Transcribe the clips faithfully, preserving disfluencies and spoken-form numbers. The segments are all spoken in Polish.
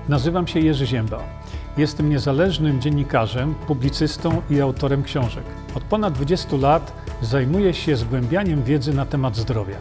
Nazywam się Jerzy Ziemba. Jestem niezależnym dziennikarzem, publicystą i autorem książek. Od ponad dwudziestu lat zajmuję się zgłębianiem wiedzy na temat zdrowia.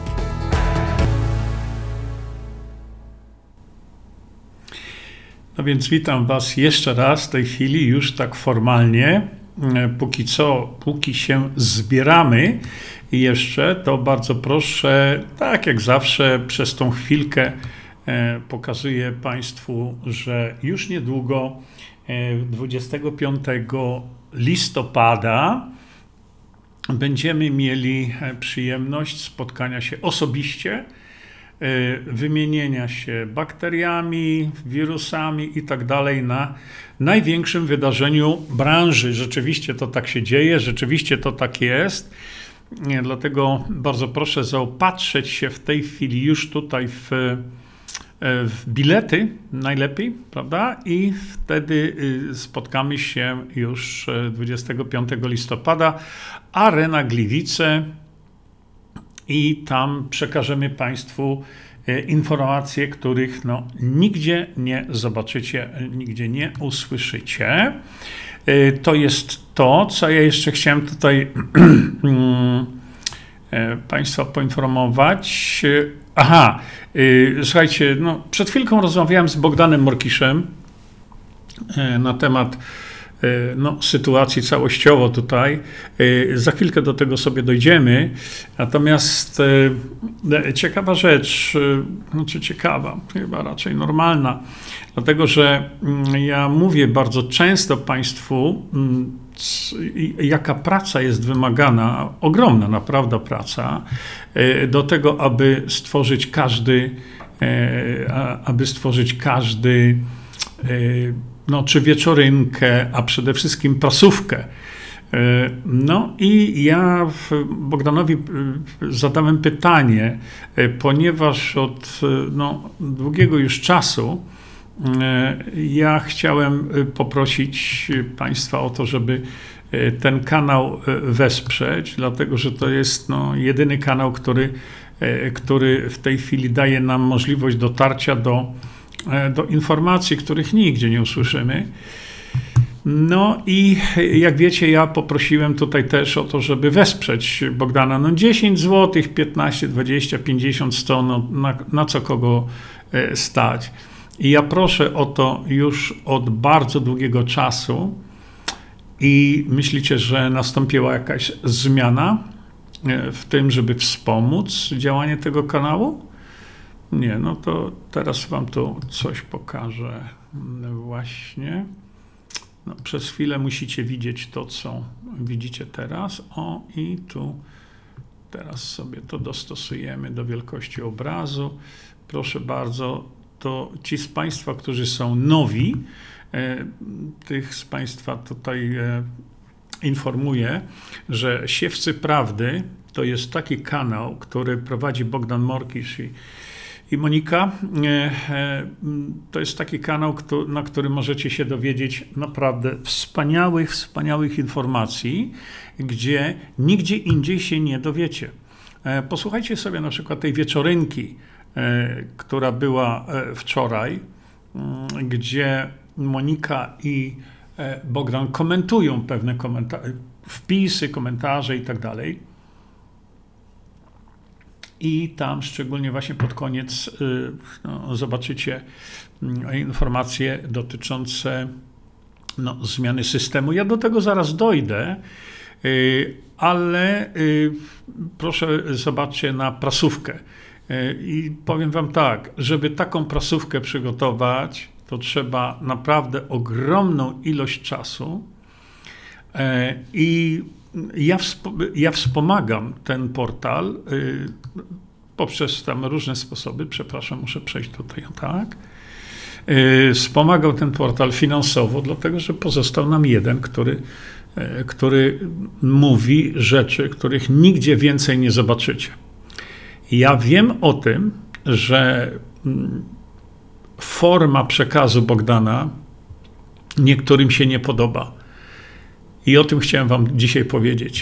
No więc witam Was jeszcze raz w tej chwili, już tak formalnie. Póki co, póki się zbieramy jeszcze, to bardzo proszę, tak jak zawsze, przez tą chwilkę pokazuję Państwu, że już niedługo, dwudziestego piątego listopada, będziemy mieli przyjemność spotkania się osobiście, wymienienia się bakteriami, wirusami i tak dalej na największym wydarzeniu branży. Rzeczywiście to tak się dzieje, rzeczywiście to tak jest. Dlatego bardzo proszę zaopatrzyć się w tej chwili już tutaj w, w bilety najlepiej, prawda? I wtedy spotkamy się już dwudziestego piątego listopada. Arena Gliwice. I tam przekażemy Państwu informacje, których no, nigdzie nie zobaczycie, nigdzie nie usłyszycie. To jest to, co ja jeszcze chciałem tutaj Państwa poinformować. Aha, słuchajcie, no, przed chwilką rozmawiałem z Bogdanem Morkiszem na temat no, sytuacji całościowo tutaj. Za chwilkę do tego sobie dojdziemy. Natomiast ciekawa rzecz, znaczy ciekawa, chyba raczej normalna, dlatego że ja mówię bardzo często Państwu, jaka praca jest wymagana, ogromna naprawdę praca, do tego, aby stworzyć każdy, aby stworzyć każdy no, czy wieczorynkę, a przede wszystkim prasówkę. No i ja Bogdanowi zadałem pytanie, ponieważ od no, długiego już czasu ja chciałem poprosić Państwa o to, żeby ten kanał wesprzeć, dlatego że to jest no, jedyny kanał, który, który w tej chwili daje nam możliwość dotarcia do do informacji, których nigdzie nie usłyszymy. No i jak wiecie, ja poprosiłem tutaj też o to, żeby wesprzeć Bogdana. No dziesięć złotych, piętnaście, dwadzieścia, pięćdziesiąt, sto, no na, na co kogo stać. I ja proszę o to już od bardzo długiego czasu i myślicie, że nastąpiła jakaś zmiana w tym, żeby wspomóc działanie tego kanału? Nie, no to teraz wam tu coś pokażę właśnie. No, przez chwilę musicie widzieć to, co widzicie teraz. O, i tu teraz sobie to dostosujemy do wielkości obrazu. Proszę bardzo, to ci z Państwa, którzy są nowi, e, tych z Państwa tutaj e, informuję, że Siewcy Prawdy to jest taki kanał, który prowadzi Bogdan Morkisz i I Monika, to jest taki kanał, na którym możecie się dowiedzieć naprawdę wspaniałych, wspaniałych informacji, gdzie nigdzie indziej się nie dowiecie. Posłuchajcie sobie na przykład tej wieczorynki, która była wczoraj, gdzie Monika i Bogdan komentują pewne komenta- wpisy, komentarze i tak dalej. I tam szczególnie właśnie pod koniec no, zobaczycie informacje dotyczące no, zmiany systemu. Ja do tego zaraz dojdę, ale proszę zobaczcie na prasówkę. I powiem wam tak, żeby taką prasówkę przygotować, to trzeba naprawdę ogromną ilość czasu i Ja, wsp- ja wspomagam ten portal y, poprzez tam różne sposoby. Przepraszam, muszę przejść tutaj, tak. Y, wspomagał ten portal finansowo, dlatego że pozostał nam jeden, który, y, który mówi rzeczy, których nigdzie więcej nie zobaczycie. Ja wiem o tym, że y, forma przekazu Bogdana niektórym się nie podoba. I o tym chciałem wam dzisiaj powiedzieć.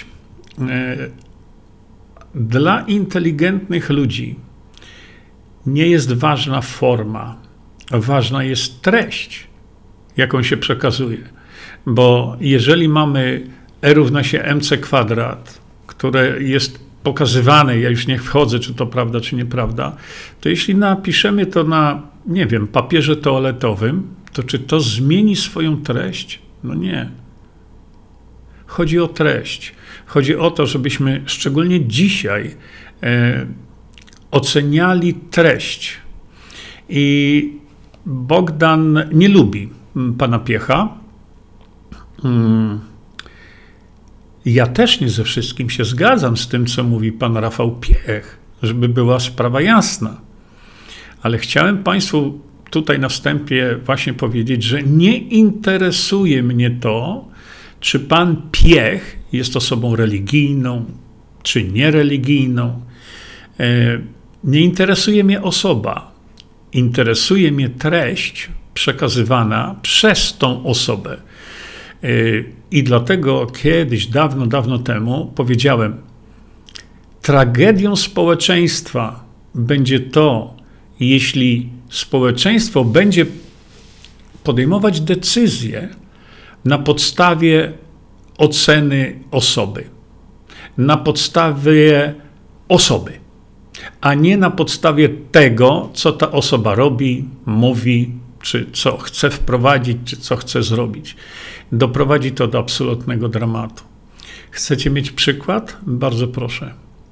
Dla inteligentnych ludzi nie jest ważna forma, ważna jest treść, jaką się przekazuje. Bo jeżeli mamy E równa się mc kwadrat, które jest pokazywane, ja już nie wchodzę, czy to prawda, czy nieprawda, to jeśli napiszemy to na, nie wiem, papierze toaletowym, to czy to zmieni swoją treść? No nie. Chodzi o treść. Chodzi o to, żebyśmy szczególnie dzisiaj e, oceniali treść. I Bogdan nie lubi pana Piecha. Hmm. Ja też nie ze wszystkim się zgadzam z tym, co mówi pan Rafał Piech, żeby była sprawa jasna. Ale chciałem państwu tutaj na wstępie właśnie powiedzieć, że nie interesuje mnie to, czy pan Piech jest osobą religijną, czy niereligijną. Nie interesuje mnie osoba. Interesuje mnie treść przekazywana przez tą osobę. I dlatego kiedyś, dawno, dawno temu powiedziałem, tragedią społeczeństwa będzie to, jeśli społeczeństwo będzie podejmować decyzje na podstawie oceny osoby, na podstawie osoby, a nie na podstawie tego, co ta osoba robi, mówi, czy co chce wprowadzić, czy co chce zrobić. Doprowadzi to do absolutnego dramatu. Chcecie mieć przykład? Bardzo proszę.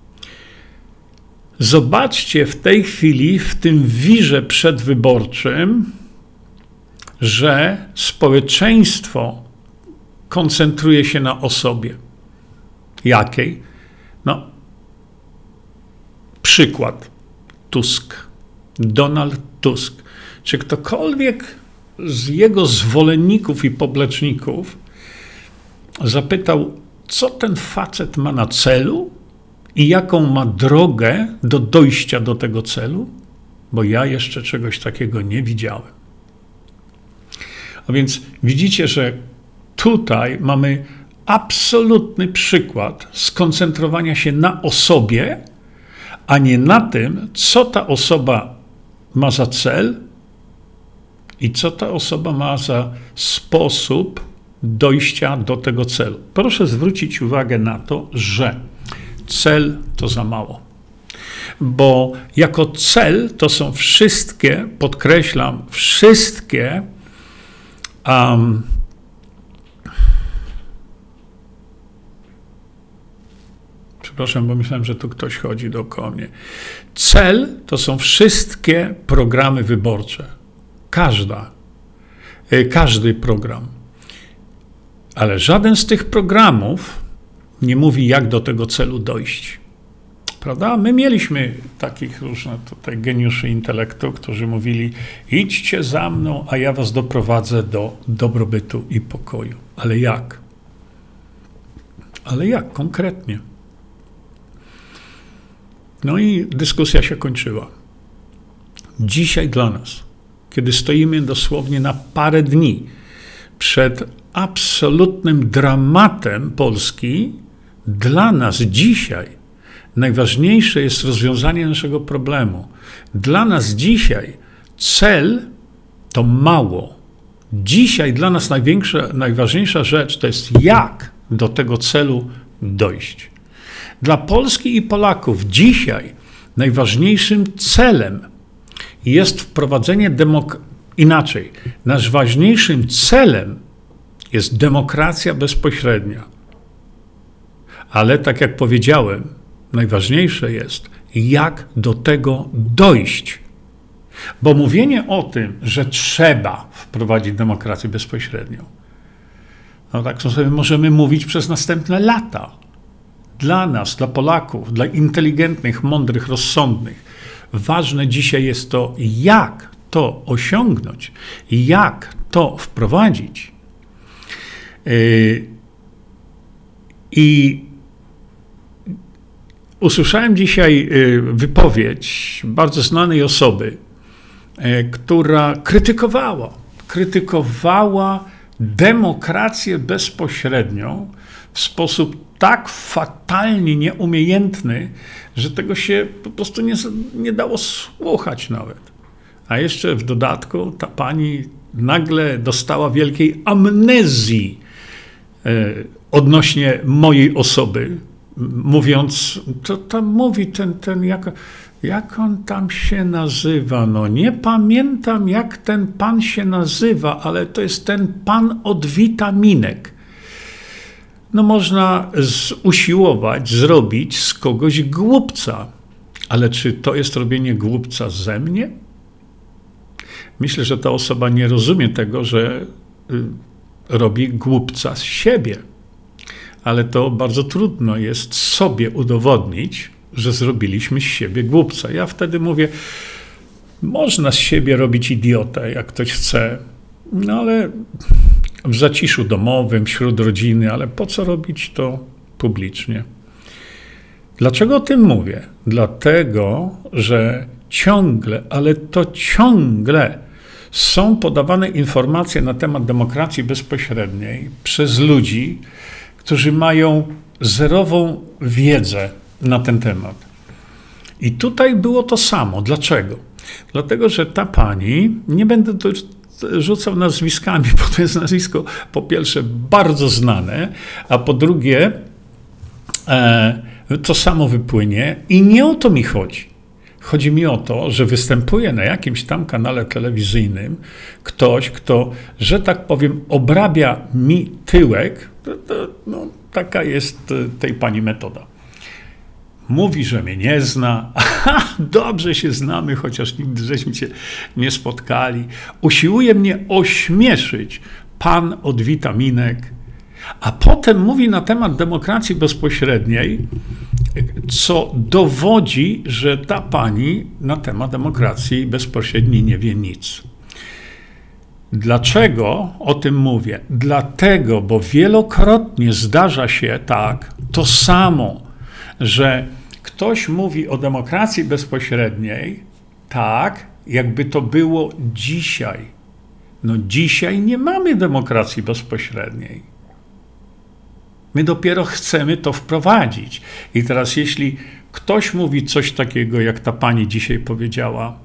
Zobaczcie w tej chwili, w tym wirze przedwyborczym, że społeczeństwo koncentruje się na osobie. Jakiej? No, przykład. Tusk. Donald Tusk. Czy ktokolwiek z jego zwolenników i popleczników zapytał, co ten facet ma na celu i jaką ma drogę do dojścia do tego celu? Bo ja jeszcze czegoś takiego nie widziałem. A więc widzicie, że tutaj mamy absolutny przykład skoncentrowania się na osobie, a nie na tym, co ta osoba ma za cel i co ta osoba ma za sposób dojścia do tego celu. Proszę zwrócić uwagę na to, że cel to za mało. Bo jako cel to są wszystkie, podkreślam, wszystkie um, przepraszam, bo myślałem, że tu ktoś chodzi dookoła mnie. Cel to są wszystkie programy wyborcze. Każda. Każdy program. Ale żaden z tych programów nie mówi, jak do tego celu dojść. Prawda? My mieliśmy takich różnych tutaj geniuszy intelektu, którzy mówili, idźcie za mną, a ja was doprowadzę do dobrobytu i pokoju. Ale jak? Ale jak konkretnie? No i dyskusja się kończyła. Dzisiaj dla nas, kiedy stoimy dosłownie na parę dni przed absolutnym dramatem Polski, dla nas dzisiaj najważniejsze jest rozwiązanie naszego problemu. Dla nas dzisiaj cel to mało. Dzisiaj dla nas największa, najważniejsza rzecz to jest, jak do tego celu dojść. Dla Polski i Polaków dzisiaj najważniejszym celem jest wprowadzenie demokracji. Inaczej, najważniejszym celem jest demokracja bezpośrednia. Ale tak jak powiedziałem, najważniejsze jest, jak do tego dojść. Bo mówienie o tym, że trzeba wprowadzić demokrację bezpośrednią, no tak sobie możemy mówić przez następne lata. Dla nas, dla Polaków, dla inteligentnych, mądrych, rozsądnych, ważne dzisiaj jest to, jak to osiągnąć, jak to wprowadzić. Yy, I usłyszałem dzisiaj wypowiedź bardzo znanej osoby, która krytykowała, krytykowała demokrację bezpośrednią w sposób tak fatalnie nieumiejętny, że tego się po prostu nie, nie dało słuchać nawet. A jeszcze w dodatku ta pani nagle dostała wielkiej amnezji odnośnie mojej osoby, mówiąc, to tam mówi ten, ten jak, jak on tam się nazywa, no nie pamiętam jak ten pan się nazywa, ale to jest ten pan od witaminek. No można z, usiłować zrobić z kogoś głupca, ale czy to jest robienie głupca ze mnie? Myślę, że ta osoba nie rozumie tego, że y, robi głupca z siebie. Ale to bardzo trudno jest sobie udowodnić, że zrobiliśmy z siebie głupca. Ja wtedy mówię, można z siebie robić idiotę, jak ktoś chce, no ale w zaciszu domowym, wśród rodziny, ale po co robić to publicznie? Dlaczego o tym mówię? Dlatego, że ciągle, ale to ciągle są podawane informacje na temat demokracji bezpośredniej przez ludzi, którzy mają zerową wiedzę na ten temat. I tutaj było to samo. Dlaczego? Dlatego, że ta pani, nie będę to rzucał nazwiskami, bo to jest nazwisko po pierwsze bardzo znane, a po drugie e, to samo wypłynie i nie o to mi chodzi. Chodzi mi o to, że występuje na jakimś tam kanale telewizyjnym ktoś, kto, że tak powiem, obrabia mi tyłek. To, to, no, taka jest tej pani metoda. Mówi, że mnie nie zna. Aha, dobrze się znamy, chociaż nigdy żeśmy się nie spotkali. Usiłuje mnie ośmieszyć pan od witaminek, a potem mówi na temat demokracji bezpośredniej, co dowodzi, że ta pani na temat demokracji bezpośredniej nie wie nic. Dlaczego o tym mówię? Dlatego, bo wielokrotnie zdarza się tak, to samo, że ktoś mówi o demokracji bezpośredniej tak, jakby to było dzisiaj. No dzisiaj nie mamy demokracji bezpośredniej. My dopiero chcemy to wprowadzić. I teraz jeśli ktoś mówi coś takiego, jak ta pani dzisiaj powiedziała,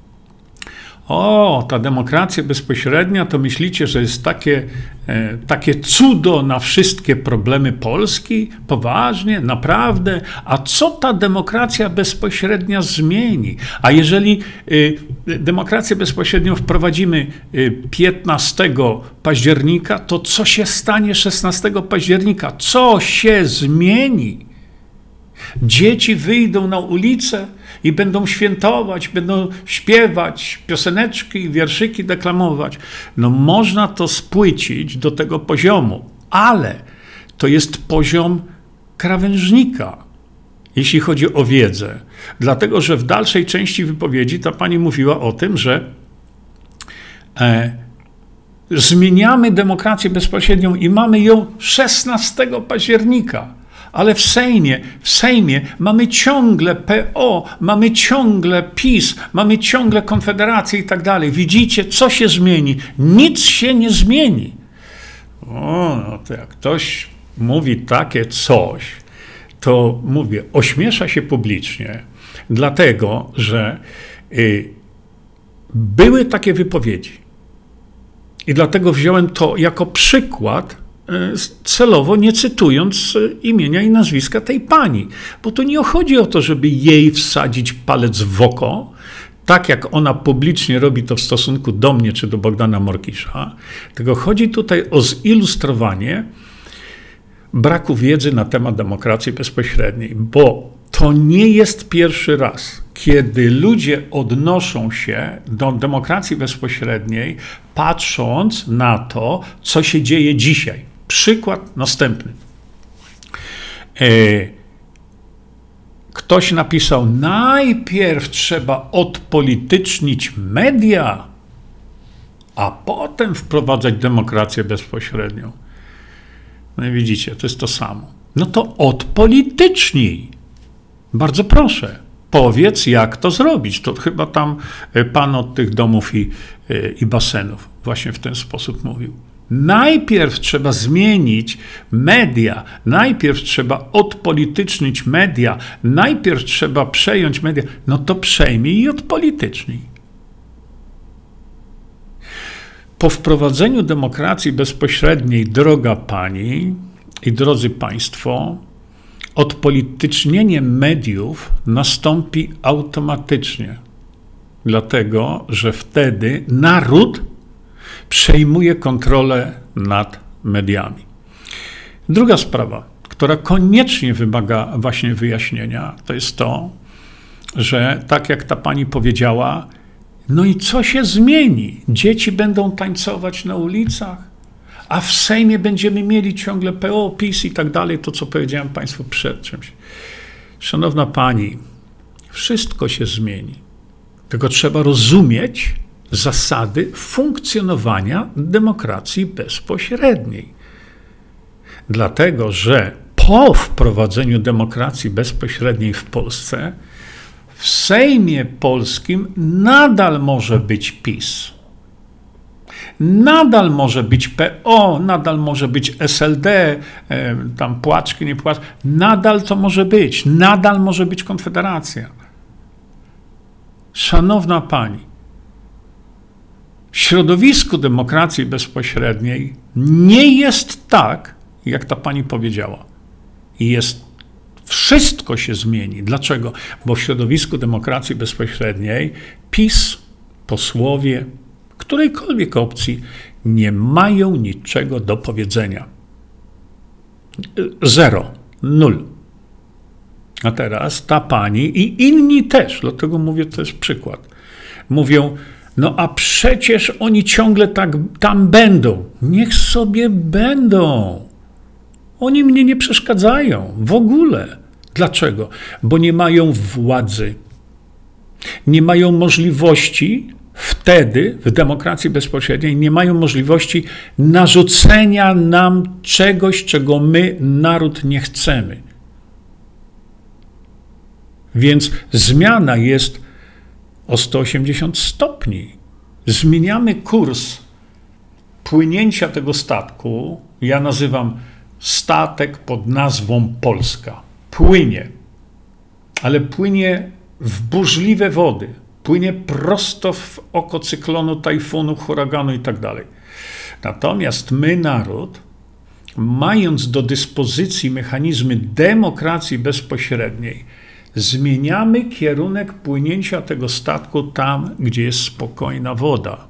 o, ta demokracja bezpośrednia, to myślicie, że jest takie, e, takie cudo na wszystkie problemy Polski? Poważnie? Naprawdę? A co ta demokracja bezpośrednia zmieni? A jeżeli y, demokrację bezpośrednią wprowadzimy y, piętnastego października, to co się stanie szesnastego października? Co się zmieni? Dzieci wyjdą na ulicę i będą świętować, będą śpiewać pioseneczki, wierszyki deklamować. No można to spłycić do tego poziomu, ale to jest poziom krawężnika, jeśli chodzi o wiedzę. Dlatego, że w dalszej części wypowiedzi ta pani mówiła o tym, że e, zmieniamy demokrację bezpośrednią i mamy ją szesnastego października. Ale w Sejmie, w Sejmie mamy ciągle P O, mamy ciągle PiS, mamy ciągle Konfederację i tak dalej. Widzicie, co się zmieni? Nic się nie zmieni. O, no to jak ktoś mówi takie coś, to mówię, ośmiesza się publicznie, dlatego, że y, były takie wypowiedzi. I dlatego wziąłem to jako przykład, celowo nie cytując imienia i nazwiska tej pani. Bo tu nie chodzi o to, żeby jej wsadzić palec w oko, tak jak ona publicznie robi to w stosunku do mnie czy do Bogdana Morkisza, tylko chodzi tutaj o zilustrowanie braku wiedzy na temat demokracji bezpośredniej, bo to nie jest pierwszy raz, kiedy ludzie odnoszą się do demokracji bezpośredniej, patrząc na to, co się dzieje dzisiaj. Przykład następny. Ktoś napisał, najpierw trzeba odpolitycznić media, a potem wprowadzać demokrację bezpośrednią. No i widzicie, to jest to samo. No to odpolitycznij. Bardzo proszę, powiedz, jak to zrobić. To chyba tam pan od tych domów i, i basenów właśnie w ten sposób mówił. Najpierw trzeba zmienić media, najpierw trzeba odpolitycznić media, najpierw trzeba przejąć media. No to przejmij i odpolitycznij. Po wprowadzeniu demokracji bezpośredniej, droga pani i drodzy państwo, odpolitycznienie mediów nastąpi automatycznie, dlatego że wtedy naród przejmuje kontrolę nad mediami. Druga sprawa, która koniecznie wymaga właśnie wyjaśnienia, to jest to, że tak jak ta pani powiedziała, no i co się zmieni? Dzieci będą tańcować na ulicach, a w Sejmie będziemy mieli ciągle P O, PiS i tak dalej, to co powiedziałem państwu przed czymś. Szanowna pani, wszystko się zmieni. Tylko trzeba rozumieć zasady funkcjonowania demokracji bezpośredniej. Dlatego, że po wprowadzeniu demokracji bezpośredniej w Polsce w Sejmie polskim nadal może być PiS. Nadal może być P O, nadal może być S L D, tam płaczki, nie płaczki. Nadal to może być. Nadal może być Konfederacja. Szanowna pani, w środowisku demokracji bezpośredniej nie jest tak, jak ta pani powiedziała. Jest Wszystko się zmieni. Dlaczego? Bo w środowisku demokracji bezpośredniej PiS, posłowie którejkolwiek opcji nie mają niczego do powiedzenia. Zero. Nul. A teraz ta pani i inni też, dlatego mówię, to jest przykład, mówią, no a przecież oni ciągle tak tam będą. Niech sobie będą. Oni mnie nie przeszkadzają w ogóle. Dlaczego? Bo nie mają władzy. Nie mają możliwości wtedy, w demokracji bezpośredniej, nie mają możliwości narzucenia nam czegoś, czego my, naród, nie chcemy. Więc zmiana jest o sto osiemdziesiąt stopni. Zmieniamy kurs płynięcia tego statku. Ja nazywam statek pod nazwą Polska. Płynie, ale płynie w burzliwe wody. Płynie prosto w oko cyklonu, tajfunu, huraganu i tak dalej. Natomiast my, naród, mając do dyspozycji mechanizmy demokracji bezpośredniej, zmieniamy kierunek płynięcia tego statku tam, gdzie jest spokojna woda.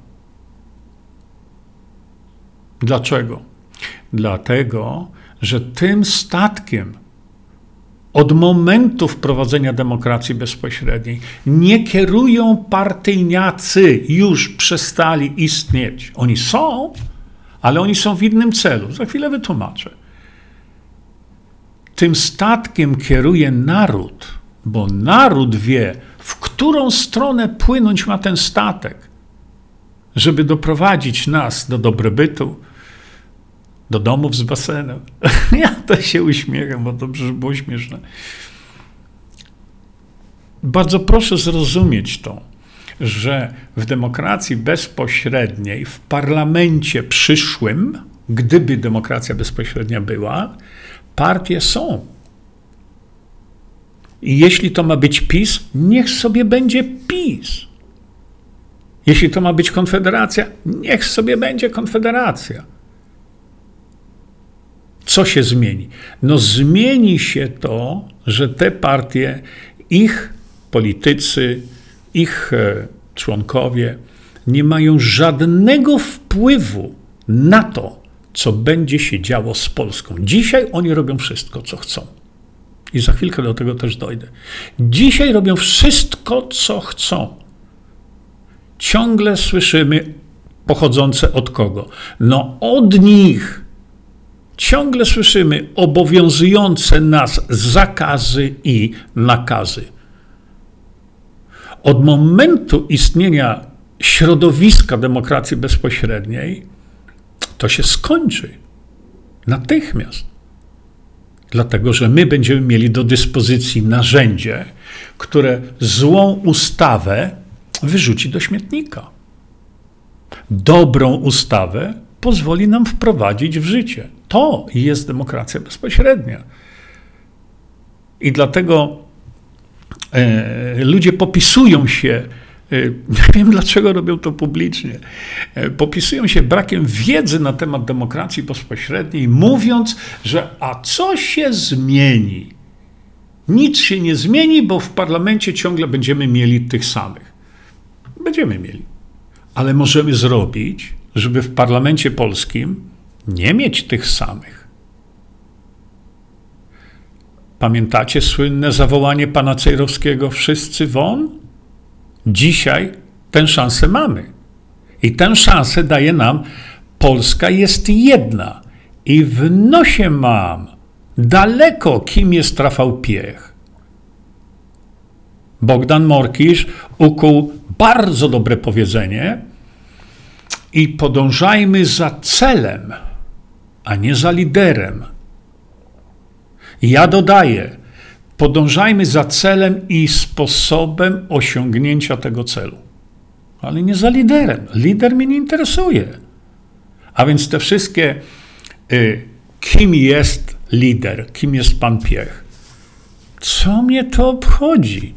Dlaczego? Dlatego, że tym statkiem od momentu wprowadzenia demokracji bezpośredniej nie kierują partyjniacy, już przestali istnieć. Oni są, ale oni są w innym celu. Za chwilę wytłumaczę. Tym statkiem kieruje naród, bo naród wie, w którą stronę płynąć ma ten statek, żeby doprowadzić nas do dobrobytu, do domów z basenem. Ja to się uśmiecham, bo to było śmieszne. Bardzo proszę zrozumieć to, że w demokracji bezpośredniej, w parlamencie przyszłym, gdyby demokracja bezpośrednia była, partie są. I jeśli to ma być PiS, niech sobie będzie PiS. Jeśli to ma być Konfederacja, niech sobie będzie Konfederacja. Co się zmieni? No zmieni się to, że te partie, ich politycy, ich członkowie nie mają żadnego wpływu na to, co będzie się działo z Polską. Dzisiaj oni robią wszystko, co chcą. I za chwilkę do tego też dojdę. Dzisiaj robią wszystko, co chcą. Ciągle słyszymy pochodzące od kogo? No od nich. Ciągle słyszymy obowiązujące nas zakazy i nakazy. Od momentu istnienia środowiska demokracji bezpośredniej to się skończy natychmiast. Dlatego, że my będziemy mieli do dyspozycji narzędzie, które złą ustawę wyrzuci do śmietnika. Dobrą ustawę pozwoli nam wprowadzić w życie. To jest demokracja bezpośrednia. I dlatego e, ludzie popisują się nie wiem dlaczego robią to publicznie, popisują się brakiem wiedzy na temat demokracji bezpośredniej, mówiąc, że a co się zmieni? Nic się nie zmieni, bo w parlamencie ciągle będziemy mieli tych samych. Będziemy mieli. Ale możemy zrobić, żeby w parlamencie polskim nie mieć tych samych. Pamiętacie słynne zawołanie pana Cejrowskiego: wszyscy won? Dzisiaj tę szansę mamy. I tę szansę daje nam Polska jest jedna. I w nosie mam daleko, kim jest Rafał Piech. Bogdan Morkisz ukuł bardzo dobre powiedzenie: i podążajmy za celem, a nie za liderem. Ja dodaję, podążajmy za celem i sposobem osiągnięcia tego celu, ale nie za liderem. Lider mnie nie interesuje. A więc te wszystkie, y, kim jest lider, kim jest pan Piech, co mnie to obchodzi?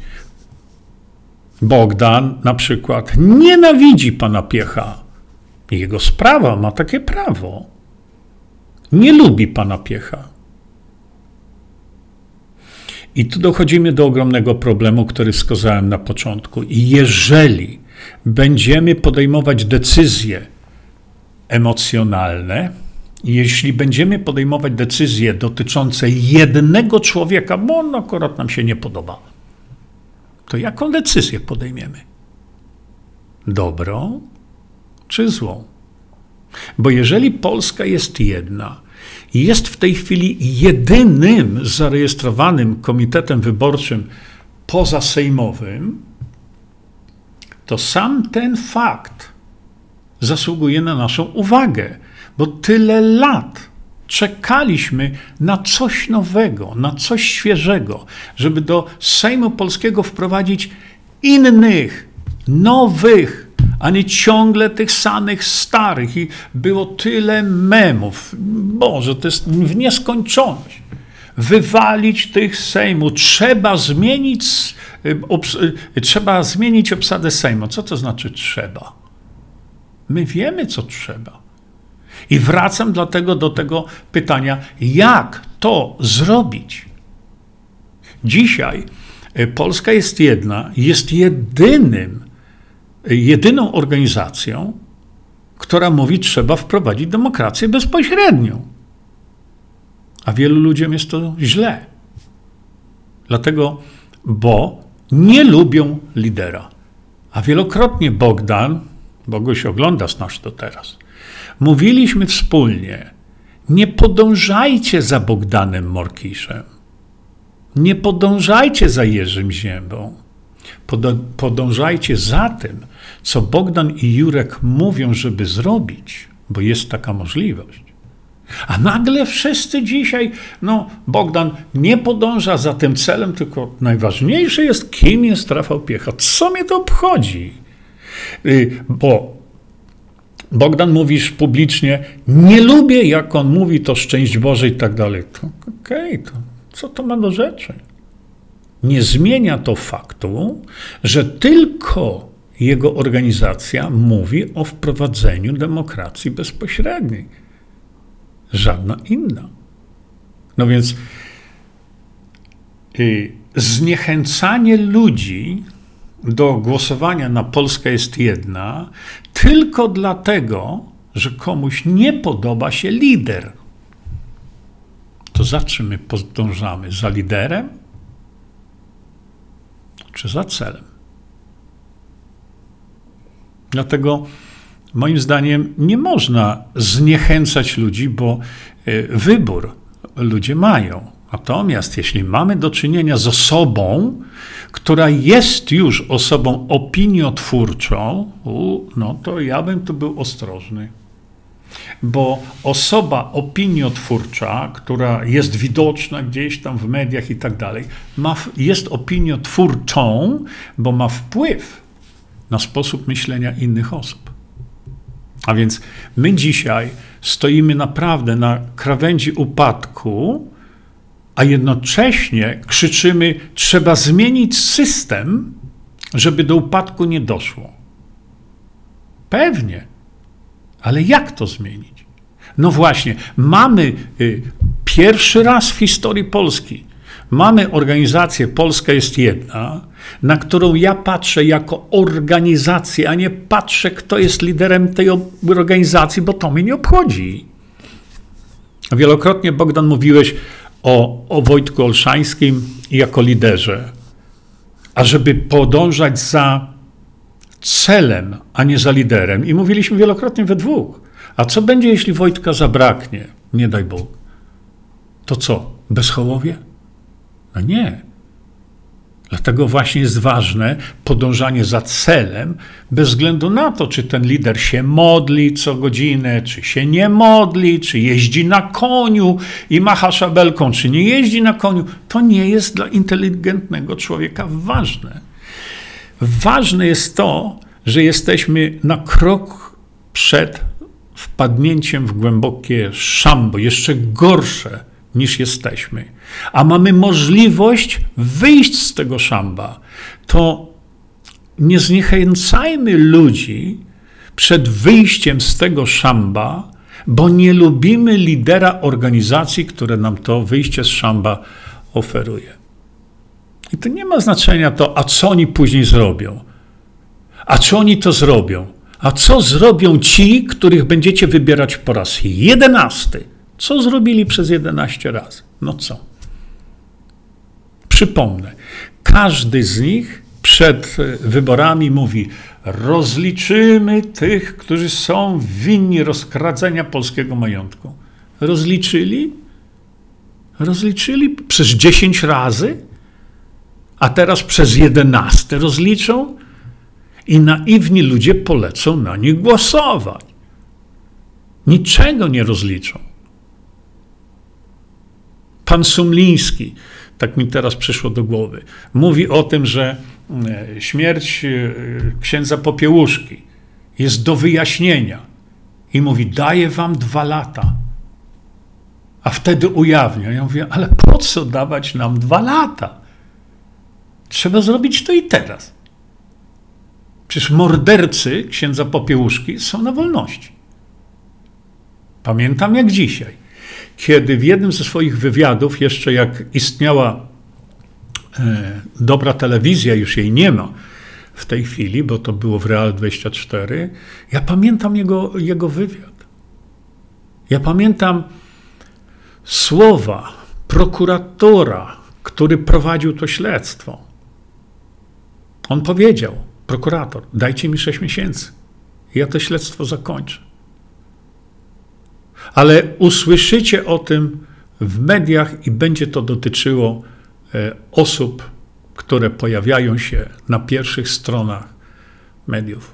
Bogdan na przykład nienawidzi pana Piecha. Jego sprawa, ma takie prawo. Nie lubi pana Piecha. I tu dochodzimy do ogromnego problemu, który wskazałem na początku. I jeżeli będziemy podejmować decyzje emocjonalne, jeśli będziemy podejmować decyzje dotyczące jednego człowieka, bo on akurat nam się nie podoba, to jaką decyzję podejmiemy? Dobrą czy złą? Bo jeżeli Polska jest jedna i jest w tej chwili jedynym zarejestrowanym komitetem wyborczym pozasejmowym, to sam ten fakt zasługuje na naszą uwagę, bo tyle lat czekaliśmy na coś nowego, na coś świeżego, żeby do Sejmu Polskiego wprowadzić innych, nowych, a nie ciągle tych samych starych. I było tyle memów. Boże, to jest w nieskończoność. Wywalić tych Sejmu. Trzeba zmienić, obs trzeba zmienić obsadę Sejmu. Co to znaczy trzeba? My wiemy, co trzeba. I wracam dlatego do tego pytania, jak to zrobić? Dzisiaj Polska jest jedna, jest jedynym, jedyną organizacją, która mówi, trzeba wprowadzić demokrację bezpośrednią. A wielu ludziom jest to źle. Dlatego, bo nie lubią lidera. A wielokrotnie Bogdan, Boguś oglądasz nas to teraz, mówiliśmy wspólnie, nie podążajcie za Bogdanem Morkiszem. Nie podążajcie za Jerzym Ziębą. Podążajcie za tym, co Bogdan i Jurek mówią, żeby zrobić, bo jest taka możliwość. A nagle wszyscy dzisiaj, no Bogdan nie podąża za tym celem, tylko najważniejsze jest, kim jest Rafał Piecha. Co mnie to obchodzi? Yy, bo Bogdan mówisz publicznie, nie lubię, jak on mówi, to szczęść Boże i tak dalej. Okej, okay, to co to ma do rzeczy? Nie zmienia to faktu, że tylko jego organizacja mówi o wprowadzeniu demokracji bezpośredniej. Żadna inna. No więc yy, zniechęcanie ludzi do głosowania na Polska jest jedna tylko dlatego, że komuś nie podoba się lider. To za czym my podążamy? Za liderem? Czy za celem? Dlatego moim zdaniem nie można zniechęcać ludzi, bo wybór ludzie mają. Natomiast jeśli mamy do czynienia z osobą, która jest już osobą opiniotwórczą, no to ja bym tu był ostrożny. Bo osoba opiniotwórcza, która jest widoczna gdzieś tam w mediach i tak dalej, ma, jest opiniotwórczą, bo ma wpływ na sposób myślenia innych osób. A więc my dzisiaj stoimy naprawdę na krawędzi upadku, a jednocześnie krzyczymy, trzeba zmienić system, żeby do upadku nie doszło. Pewnie. Ale jak to zmienić? No właśnie, mamy y, pierwszy raz w historii Polski, mamy organizację Polska jest jedna, na którą ja patrzę jako organizację, a nie patrzę, kto jest liderem tej organizacji, bo to mnie nie obchodzi. Wielokrotnie, Bogdan, mówiłeś o, o Wojtku Olszańskim jako liderze. A żeby podążać za celem, a nie za liderem, i mówiliśmy wielokrotnie we dwóch, a co będzie, jeśli Wojtka zabraknie? Nie daj Bóg. To co? Bezhołowie? No nie. Dlatego właśnie jest ważne podążanie za celem, bez względu na to, czy ten lider się modli co godzinę, czy się nie modli, czy jeździ na koniu i macha szabelką, czy nie jeździ na koniu. To nie jest dla inteligentnego człowieka ważne. Ważne jest to, że jesteśmy na krok przed wpadnięciem w głębokie szambo, jeszcze gorsze niż jesteśmy, a mamy możliwość wyjść z tego szamba, to nie zniechęcajmy ludzi przed wyjściem z tego szamba, bo nie lubimy lidera organizacji, które nam to wyjście z szamba oferuje. I to nie ma znaczenia to, a co oni później zrobią, a co oni to zrobią, a co zrobią ci, których będziecie wybierać po raz jedenasty. Co zrobili przez jedenaście razy? No co? Przypomnę, każdy z nich przed wyborami mówi: rozliczymy tych, którzy są winni rozkradzenia polskiego majątku. Rozliczyli? Rozliczyli przez dziesięć razy? A teraz przez jedenaste rozliczą? I naiwni ludzie polecą na nich głosować. Niczego nie rozliczą. Pan Sumliński, tak mi teraz przyszło do głowy, mówi o tym, że śmierć księdza Popiełuszki jest do wyjaśnienia. I mówi: daję wam dwa lata. A wtedy ujawnia. Ja mówię: ale po co dawać nam dwa lata? Trzeba zrobić to i teraz. Przecież mordercy księdza Popiełuszki są na wolności. Pamiętam jak dzisiaj, kiedy w jednym ze swoich wywiadów, jeszcze jak istniała e, dobra telewizja, już jej nie ma w tej chwili, bo to było w Real dwadzieścia cztery, ja pamiętam jego, jego wywiad. Ja pamiętam słowa prokuratora, który prowadził to śledztwo. On powiedział: prokurator, dajcie mi sześć miesięcy, ja to śledztwo zakończę. Ale usłyszycie o tym w mediach i będzie to dotyczyło e, osób, które pojawiają się na pierwszych stronach mediów.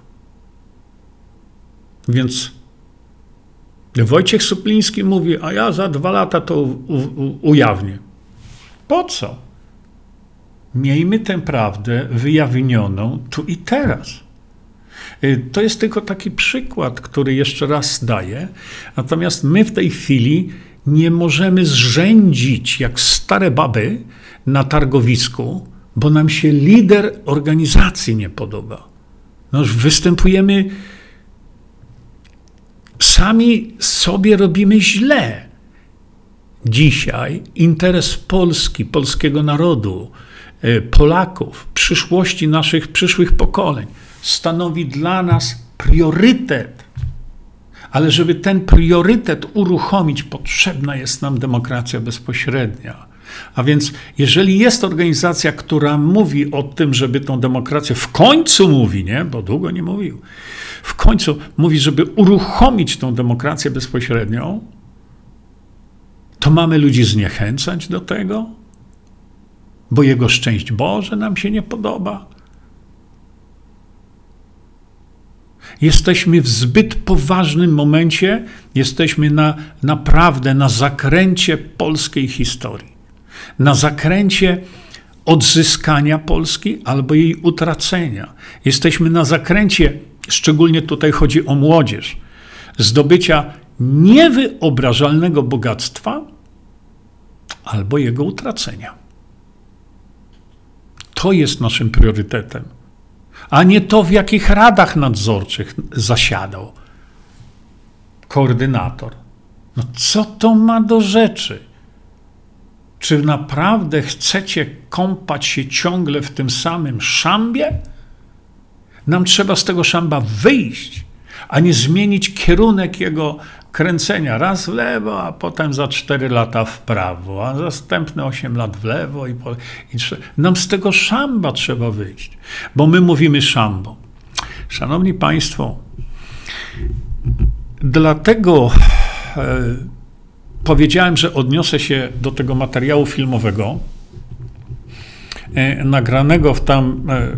Więc Wojciech Supliński mówi: a ja za dwa lata to u, u, ujawnię. Po co? Miejmy tę prawdę wyjawnioną tu i teraz. To jest tylko taki przykład, który jeszcze raz daję. Natomiast my w tej chwili nie możemy zrzędzić jak stare baby na targowisku, bo nam się lider organizacji nie podoba. No, występujemy, sami sobie robimy źle. Dzisiaj interes Polski, polskiego narodu, Polaków, przyszłości naszych przyszłych pokoleń stanowi dla nas priorytet. Ale żeby ten priorytet uruchomić, potrzebna jest nam demokracja bezpośrednia. A więc jeżeli jest organizacja, która mówi o tym, żeby tą demokrację w końcu mówi, nie, bo długo nie mówił, w końcu mówi, żeby uruchomić tą demokrację bezpośrednią, to mamy ludzi zniechęcać do tego, bo jego szczęść Boże nam się nie podoba. Jesteśmy w zbyt poważnym momencie, jesteśmy na, naprawdę na zakręcie polskiej historii. Na zakręcie odzyskania Polski albo jej utracenia. Jesteśmy na zakręcie, szczególnie tutaj chodzi o młodzież, zdobycia niewyobrażalnego bogactwa albo jego utracenia. To jest naszym priorytetem. a nie to, w jakich radach nadzorczych zasiadał koordynator. No co to ma do rzeczy? Czy naprawdę chcecie kąpać się ciągle w tym samym szambie? Nam trzeba z tego szamba wyjść, a nie zmienić kierunek jego kręcenia. Raz w lewo, a potem za cztery lata w prawo, a następne osiem lat w lewo. I, po, i Nam z tego szamba trzeba wyjść, bo my mówimy szambo. Szanowni Państwo, dlatego e, powiedziałem, że odniosę się do tego materiału filmowego, e, nagranego w tam e,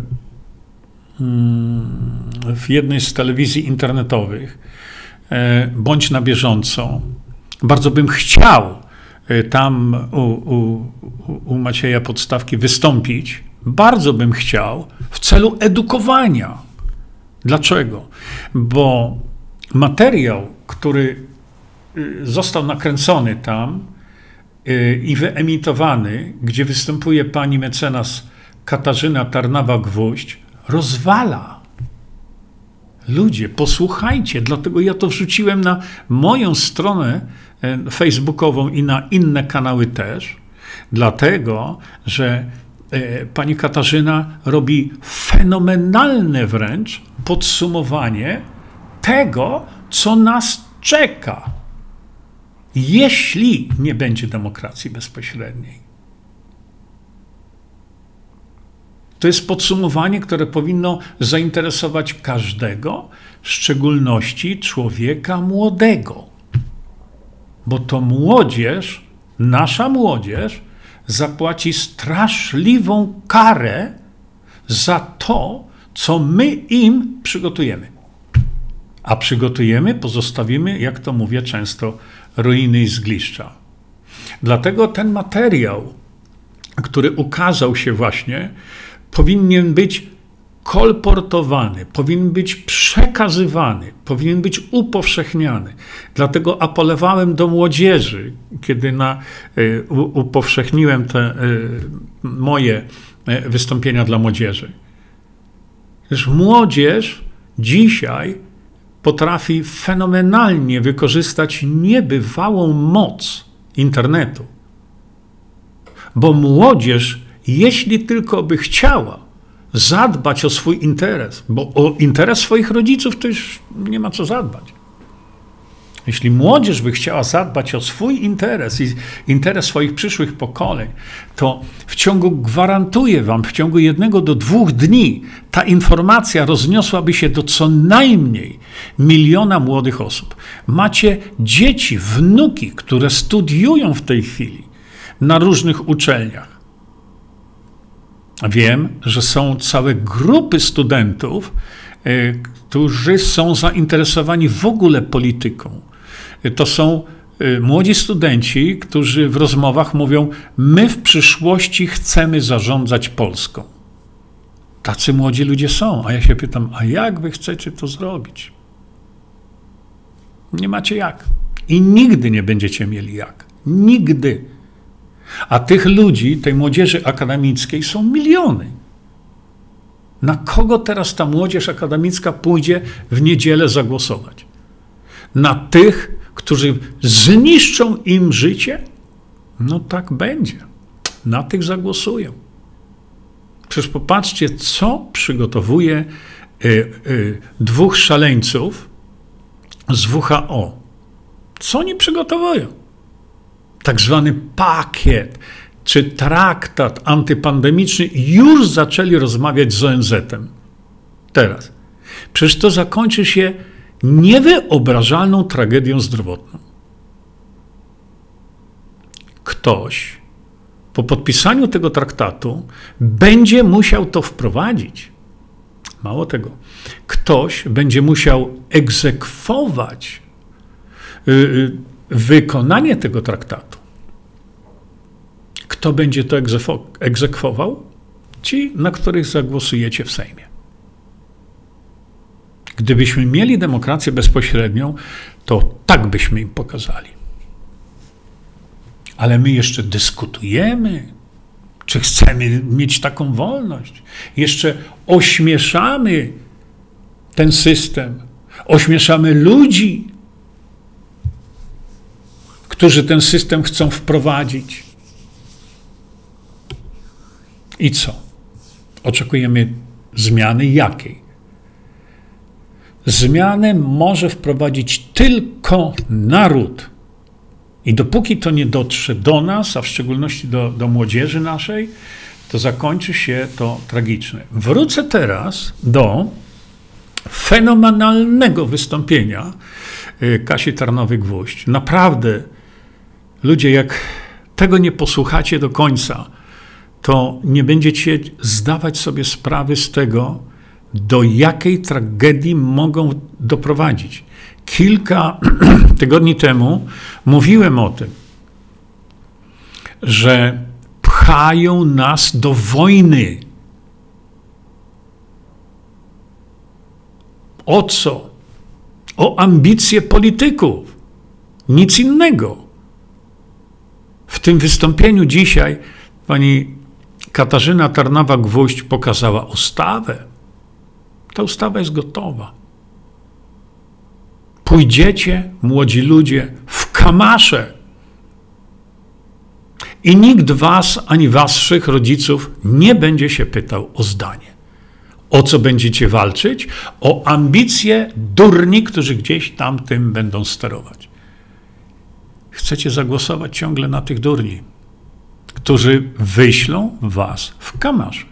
w jednej z telewizji internetowych, bądź na bieżąco. Bardzo bym chciał tam u, u, u Macieja Podstawki wystąpić. Bardzo bym chciał w celu edukowania. Dlaczego? Bo materiał, który został nakręcony tam i wyemitowany, gdzie występuje pani mecenas Katarzyna Tarnawa-Gwóźdź, rozwala. Ludzie, posłuchajcie, dlatego ja to wrzuciłem na moją stronę facebookową i na inne kanały też, dlatego, że pani Katarzyna robi fenomenalne wręcz podsumowanie tego, co nas czeka, jeśli nie będzie demokracji bezpośredniej. To jest podsumowanie, które powinno zainteresować każdego, w szczególności człowieka młodego. Bo to młodzież, nasza młodzież, zapłaci straszliwą karę za to, co my im przygotujemy. A przygotujemy, pozostawimy, jak to mówię często, ruiny i zgliszcza. Dlatego ten materiał, który ukazał się właśnie, powinien być kolportowany, powinien być przekazywany, powinien być upowszechniany. Dlatego apelowałem do młodzieży, kiedy na, y, upowszechniłem te y, moje y, wystąpienia dla młodzieży. Gdyż młodzież dzisiaj potrafi fenomenalnie wykorzystać niebywałą moc internetu. Bo młodzież, jeśli tylko by chciała zadbać o swój interes, bo o interes swoich rodziców to już nie ma co zadbać. Jeśli młodzież by chciała zadbać o swój interes i interes swoich przyszłych pokoleń, to w ciągu, gwarantuję wam, w ciągu jednego do dwóch dni ta informacja rozniosłaby się do co najmniej miliona młodych osób. Macie dzieci, wnuki, które studiują w tej chwili na różnych uczelniach. Wiem, że są całe grupy studentów, y, którzy są zainteresowani w ogóle polityką. Y, to są y, młodzi studenci, którzy w rozmowach mówią: my w przyszłości chcemy zarządzać Polską. Tacy młodzi ludzie są, a ja się pytam, a jak wy chcecie to zrobić? Nie macie jak. I nigdy nie będziecie mieli jak. Nigdy. A tych ludzi, tej młodzieży akademickiej są miliony. Na kogo teraz ta młodzież akademicka pójdzie w niedzielę zagłosować? Na tych, którzy zniszczą im życie? No tak będzie. Na tych zagłosują. Przecież popatrzcie, co przygotowuje y, y, dwóch szaleńców z W H O. Co oni przygotowują? Tak zwany pakiet czy traktat antypandemiczny, już zaczęli rozmawiać z O N Z-em. Teraz. Przecież to zakończy się niewyobrażalną tragedią zdrowotną. Ktoś po podpisaniu tego traktatu będzie musiał to wprowadzić. Mało tego. Ktoś będzie musiał egzekwować yy, wykonanie tego traktatu. Kto będzie to egzekwował? Ci, na których zagłosujecie w Sejmie. Gdybyśmy mieli demokrację bezpośrednią, to tak byśmy im pokazali. Ale my jeszcze dyskutujemy. Czy chcemy mieć taką wolność? Jeszcze ośmieszamy ten system, ośmieszamy ludzi, którzy ten system chcą wprowadzić. I co? Oczekujemy zmiany jakiej? Zmianę może wprowadzić tylko naród. I dopóki to nie dotrze do nas, a w szczególności do, do młodzieży naszej, to zakończy się to tragicznie. Wrócę teraz do fenomenalnego wystąpienia Kasi Tarnowy-Gwóźdź. Naprawdę, ludzie, jak tego nie posłuchacie do końca, to nie będziecie zdawać sobie sprawy z tego, do jakiej tragedii mogą doprowadzić. Kilka tygodni temu mówiłem o tym, że pchają nas do wojny. O co? O ambicje polityków. Nic innego. W tym wystąpieniu dzisiaj pani Katarzyna Tarnowa-Gwóźdź pokazała ustawę. Ta ustawa jest gotowa. Pójdziecie, młodzi ludzie, w kamasze. I nikt was, ani waszych rodziców nie będzie się pytał o zdanie. O co będziecie walczyć? O ambicje durni, którzy gdzieś tam tym będą sterować. Chcecie zagłosować ciągle na tych durni, którzy wyślą was w kamasze.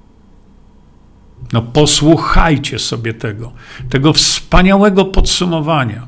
No posłuchajcie sobie tego, tego wspaniałego podsumowania,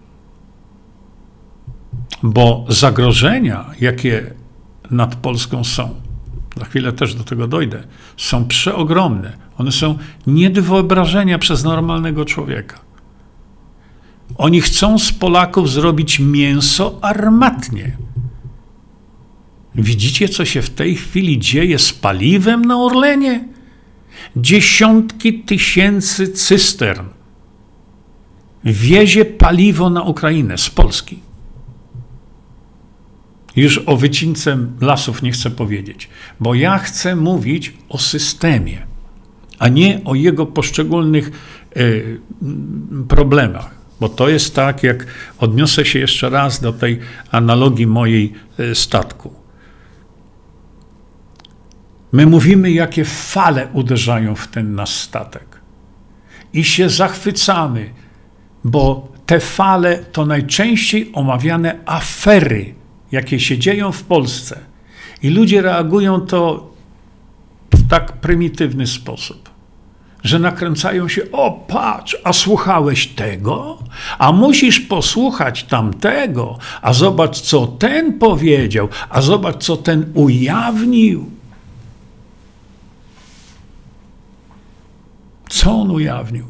bo zagrożenia, jakie nad Polską są, za chwilę też do tego dojdę, są przeogromne. One są nie do wyobrażenia przez normalnego człowieka. Oni chcą z Polaków zrobić mięso armatnie. Widzicie, co się w tej chwili dzieje z paliwem na Orlenie? Dziesiątki tysięcy cystern wiezie paliwo na Ukrainę z Polski. Już o wycince lasów nie chcę powiedzieć, bo ja chcę mówić o systemie, a nie o jego poszczególnych y, problemach. Bo to jest tak, jak odniosę się jeszcze raz do tej analogii mojej y, statku. My mówimy, jakie fale uderzają w ten nasz statek. I się zachwycamy, bo te fale to najczęściej omawiane afery, jakie się dzieją w Polsce. I ludzie reagują to w tak prymitywny sposób, że nakręcają się, o patrz, a słuchałeś tego? A musisz posłuchać tamtego, a zobacz, co ten powiedział, a zobacz, co ten ujawnił. Co on ujawnił?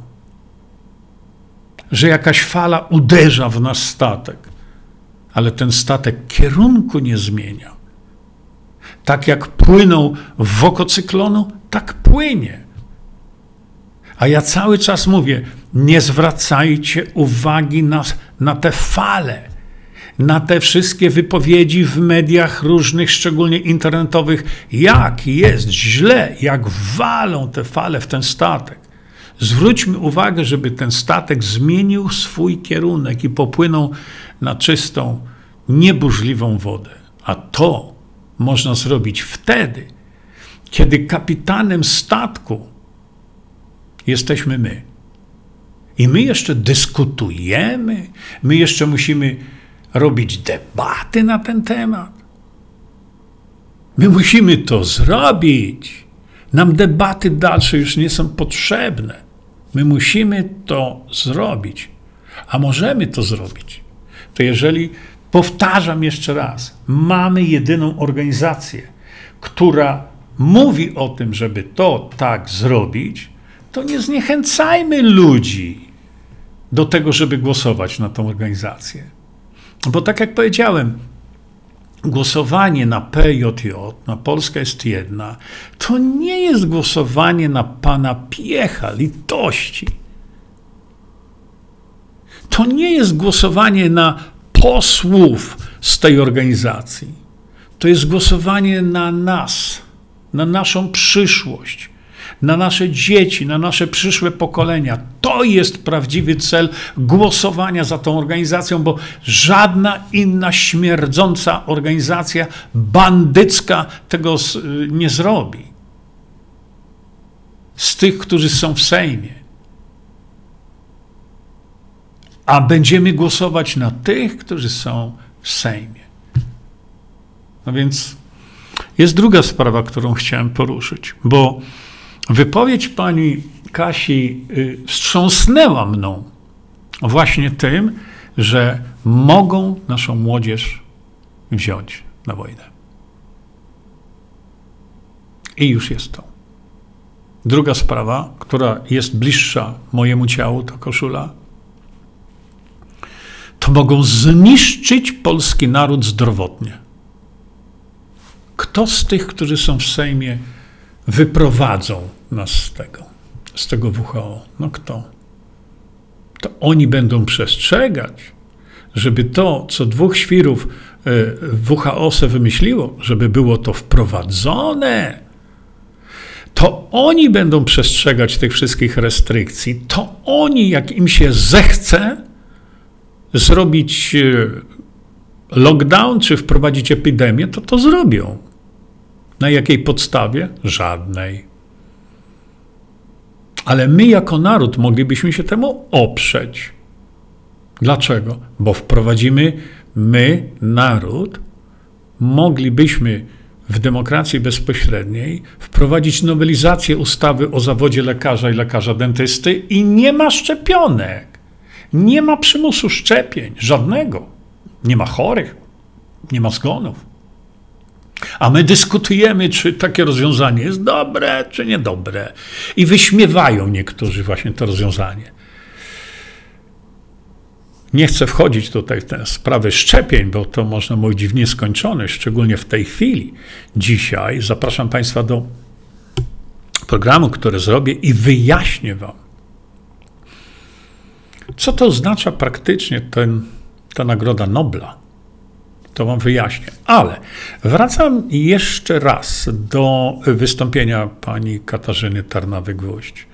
Że jakaś fala uderza w nasz statek, ale ten statek kierunku nie zmienia. Tak jak płynął w oko cyklonu, tak płynie. A ja cały czas mówię, nie zwracajcie uwagi na, na te fale, na te wszystkie wypowiedzi w mediach różnych, szczególnie internetowych, jak jest źle, jak walą te fale w ten statek. Zwróćmy uwagę, żeby ten statek zmienił swój kierunek i popłynął na czystą, nieburzliwą wodę. A to można zrobić wtedy, kiedy kapitanem statku jesteśmy my. I my jeszcze dyskutujemy, my jeszcze musimy robić debaty na ten temat. My musimy to zrobić. Nam debaty dalsze już nie są potrzebne. My musimy to zrobić. A możemy to zrobić. To jeżeli, powtarzam jeszcze raz, mamy jedyną organizację, która mówi o tym, żeby to tak zrobić, to nie zniechęcajmy ludzi do tego, żeby głosować na tą organizację. Bo tak jak powiedziałem, głosowanie na P J J, na Polska jest jedna, to nie jest głosowanie na pana Piecha, litości. To nie jest głosowanie na posłów z tej organizacji. To jest głosowanie na nas, na naszą przyszłość, na nasze dzieci, na nasze przyszłe pokolenia. To jest prawdziwy cel głosowania za tą organizacją, bo żadna inna śmierdząca organizacja bandycka tego nie zrobi. Z tych, którzy są w Sejmie. A będziemy głosować na tych, którzy są w Sejmie. No więc jest druga sprawa, którą chciałem poruszyć, bo wypowiedź pani Kasi wstrząsnęła mną właśnie tym, że mogą naszą młodzież wziąć na wojnę. I już jest to. Druga sprawa, która jest bliższa mojemu ciału, to koszula, to mogą zniszczyć polski naród zdrowotnie. Kto z tych, którzy są w Sejmie, wyprowadzą nas z tego, z tego W H O? No kto? To oni będą przestrzegać, żeby to, co dwóch świrów W H O se wymyśliło, żeby było to wprowadzone. To oni będą przestrzegać tych wszystkich restrykcji. To oni, jak im się zechce, zrobić lockdown czy wprowadzić epidemię, to to zrobią. Na jakiej podstawie? Żadnej. Ale my jako naród moglibyśmy się temu oprzeć. Dlaczego? Bo wprowadzimy, my, naród, moglibyśmy w demokracji bezpośredniej wprowadzić nowelizację ustawy o zawodzie lekarza i lekarza dentysty i nie ma szczepionek. Nie ma przymusu szczepień, żadnego. Nie ma chorych, nie ma zgonów. A my dyskutujemy, czy takie rozwiązanie jest dobre, czy niedobre. I wyśmiewają niektórzy właśnie to rozwiązanie. Nie chcę wchodzić tutaj w tę sprawę szczepień, bo to można mówić w nieskończoność, szczególnie w tej chwili. Dzisiaj zapraszam Państwa do programu, który zrobię i wyjaśnię Wam, co to oznacza praktycznie ten, ta Nagroda Nobla. To Wam wyjaśnię. Ale wracam jeszcze raz do wystąpienia pani Katarzyny Tarnawy-Gwóźdź.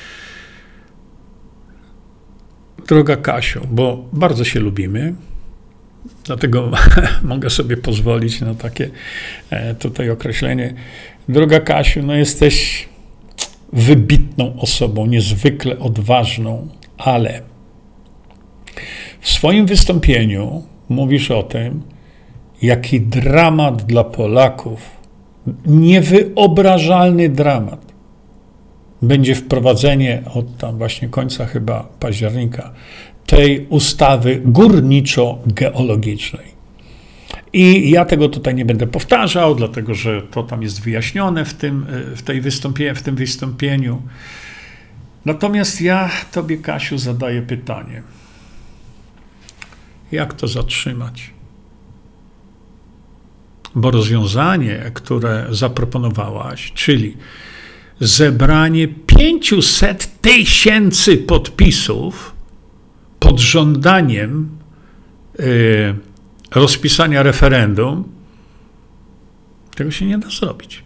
Droga Kasiu, bo bardzo się lubimy, dlatego mogę sobie pozwolić na takie tutaj określenie. Droga Kasiu, no jesteś wybitną osobą, niezwykle odważną, ale w swoim wystąpieniu mówisz o tym, jaki dramat dla Polaków, niewyobrażalny dramat, będzie wprowadzenie od tam właśnie końca chyba października tej ustawy górniczo-geologicznej. I ja tego tutaj nie będę powtarzał, dlatego że to tam jest wyjaśnione w tym, w tej wystąpieniu, w tym wystąpieniu. Natomiast ja tobie, Kasiu, zadaję pytanie. Jak to zatrzymać? Bo rozwiązanie, które zaproponowałaś, czyli zebranie pięćset tysięcy podpisów pod żądaniem y, rozpisania referendum, tego się nie da zrobić.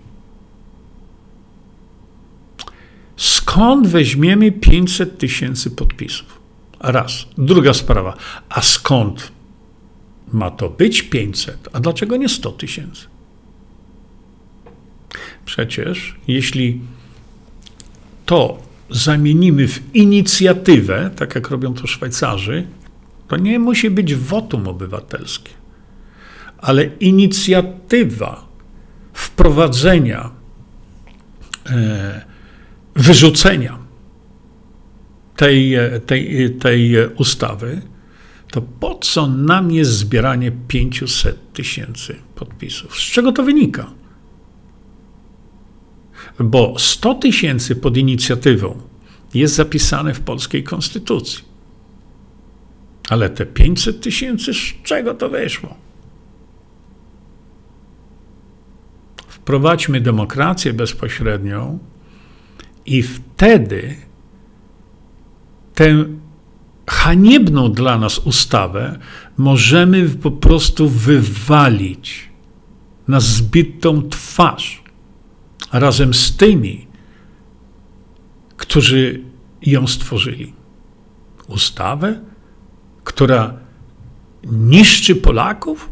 Skąd weźmiemy pięćset tysięcy podpisów? Raz. Druga sprawa. A skąd ma to być pięćset? A dlaczego nie sto tysięcy? Przecież jeśli to zamienimy w inicjatywę, tak jak robią to Szwajcarzy, to nie musi być wotum obywatelskie, ale inicjatywa wprowadzenia, e, wyrzucenia tej, tej, tej ustawy, to po co nam jest zbieranie pięćset tysięcy podpisów? Z czego to wynika? Bo sto tysięcy pod inicjatywą jest zapisane w polskiej konstytucji. Ale te pięćset tysięcy, z czego to wyszło? Wprowadźmy demokrację bezpośrednią i wtedy tę haniebną dla nas ustawę możemy po prostu wywalić na zbitą twarz. razem z tymi, którzy ją stworzyli. Ustawę, która niszczy Polaków?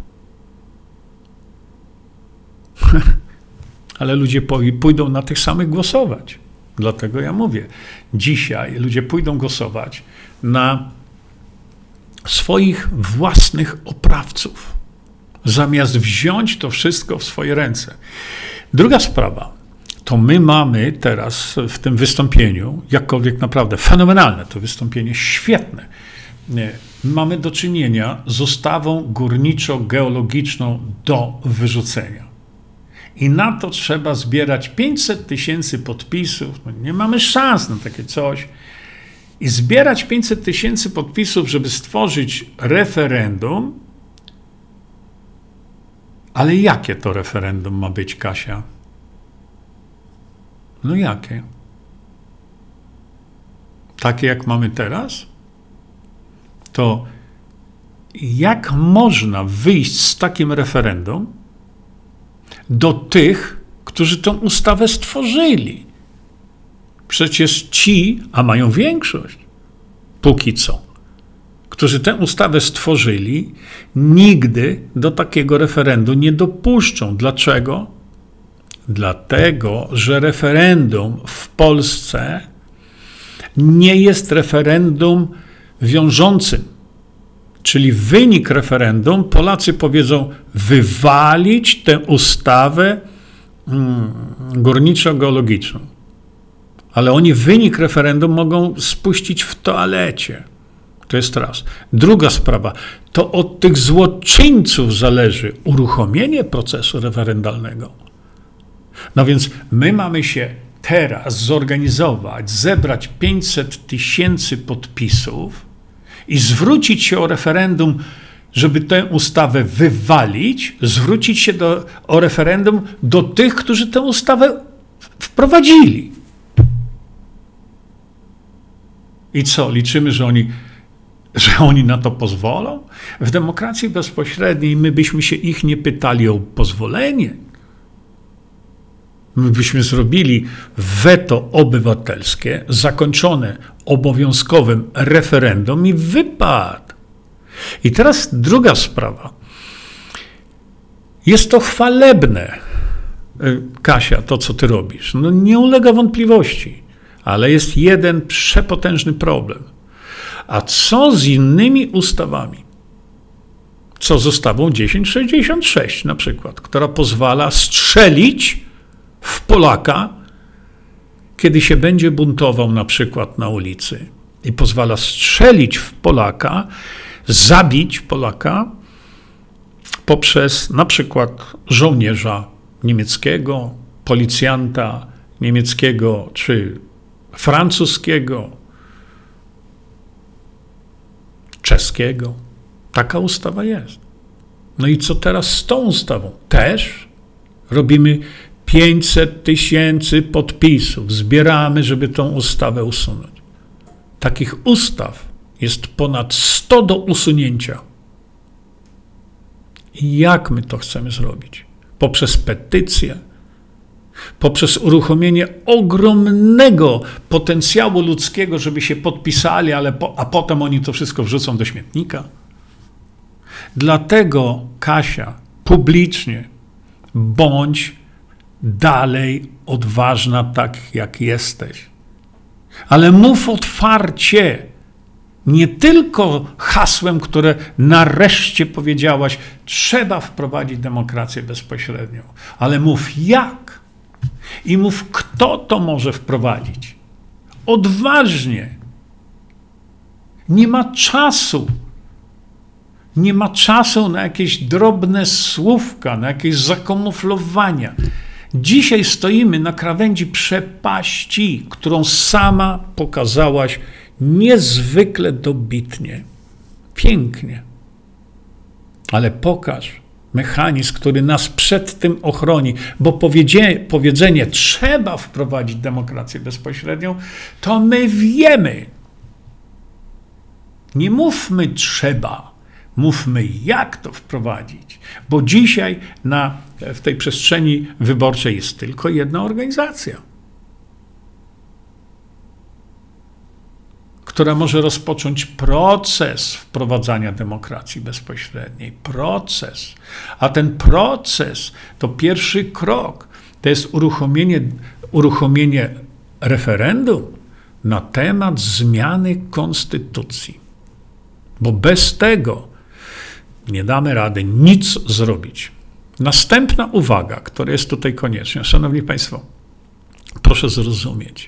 Ale ludzie pójdą na tych samych głosować. Dlatego ja mówię, dzisiaj ludzie pójdą głosować na swoich własnych oprawców, zamiast wziąć to wszystko w swoje ręce. Druga sprawa, to my mamy teraz w tym wystąpieniu, jakkolwiek naprawdę fenomenalne to wystąpienie, świetne, mamy do czynienia z ustawą górniczo-geologiczną do wyrzucenia. I na to trzeba zbierać pięćset tysięcy podpisów. No nie mamy szans na takie coś. I zbierać pięćset tysięcy podpisów, żeby stworzyć referendum. Ale jakie to referendum ma być, Kasia? No jakie? Takie jak mamy teraz? To jak można wyjść z takim referendum do tych, którzy tę ustawę stworzyli? Przecież ci, a mają większość, póki co, którzy tę ustawę stworzyli, nigdy do takiego referendum nie dopuszczą. Dlaczego? Dlatego, że referendum w Polsce nie jest referendum wiążącym. Czyli wynik referendum, Polacy powiedzą wywalić tę ustawę hmm, górniczo-geologiczną. Ale oni wynik referendum mogą spuścić w toalecie. To jest raz. Druga sprawa, to od tych złoczyńców zależy uruchomienie procesu referendalnego. No więc my mamy się teraz zorganizować, zebrać pięćset tysięcy podpisów i zwrócić się o referendum, żeby tę ustawę wywalić, zwrócić się do, o referendum do tych, którzy tę ustawę wprowadzili. I co, liczymy, że oni, że oni na to pozwolą? W demokracji bezpośredniej my byśmy się ich nie pytali o pozwolenie. My byśmy zrobili weto obywatelskie zakończone obowiązkowym referendum i wypadł. I teraz druga sprawa. Jest to chwalebne, Kasia, to co ty robisz. No nie ulega wątpliwości, ale jest jeden przepotężny problem. A co z innymi ustawami? Co z ustawą tysiąc sześćdziesiąt sześć na przykład, która pozwala strzelić w Polaka, kiedy się będzie buntował na przykład na ulicy i pozwala strzelić w Polaka, zabić Polaka poprzez na przykład żołnierza niemieckiego, policjanta niemieckiego czy francuskiego, czeskiego. Taka ustawa jest. No i co teraz z tą ustawą? Też robimy pięćset tysięcy podpisów. Zbieramy, żeby tą ustawę usunąć. Takich ustaw jest ponad sto do usunięcia. I jak my to chcemy zrobić? Poprzez petycję, poprzez uruchomienie ogromnego potencjału ludzkiego, żeby się podpisali, ale po, a potem oni to wszystko wrzucą do śmietnika. Dlatego, Kasia, publicznie bądź dalej odważna tak, jak jesteś. Ale mów otwarcie, nie tylko hasłem, które nareszcie powiedziałaś, trzeba wprowadzić demokrację bezpośrednią, ale mów jak i mów, kto to może wprowadzić. Odważnie. Nie ma czasu. Nie ma czasu na jakieś drobne słówka, na jakieś zakamuflowania. Dzisiaj stoimy na krawędzi przepaści, którą sama pokazałaś niezwykle dobitnie. Pięknie. Ale pokaż mechanizm, który nas przed tym ochroni, bo powiedzenie, powiedzenie trzeba wprowadzić demokrację bezpośrednią, to my wiemy. Nie mówmy trzeba. Mówmy, jak to wprowadzić, bo dzisiaj na, w tej przestrzeni wyborczej jest tylko jedna organizacja, która może rozpocząć proces wprowadzania demokracji bezpośredniej. Proces. A ten proces to pierwszy krok. To jest uruchomienie, uruchomienie referendum na temat zmiany konstytucji. Bo bez tego nie damy rady nic zrobić. Następna uwaga, która jest tutaj konieczna. Szanowni Państwo, proszę zrozumieć.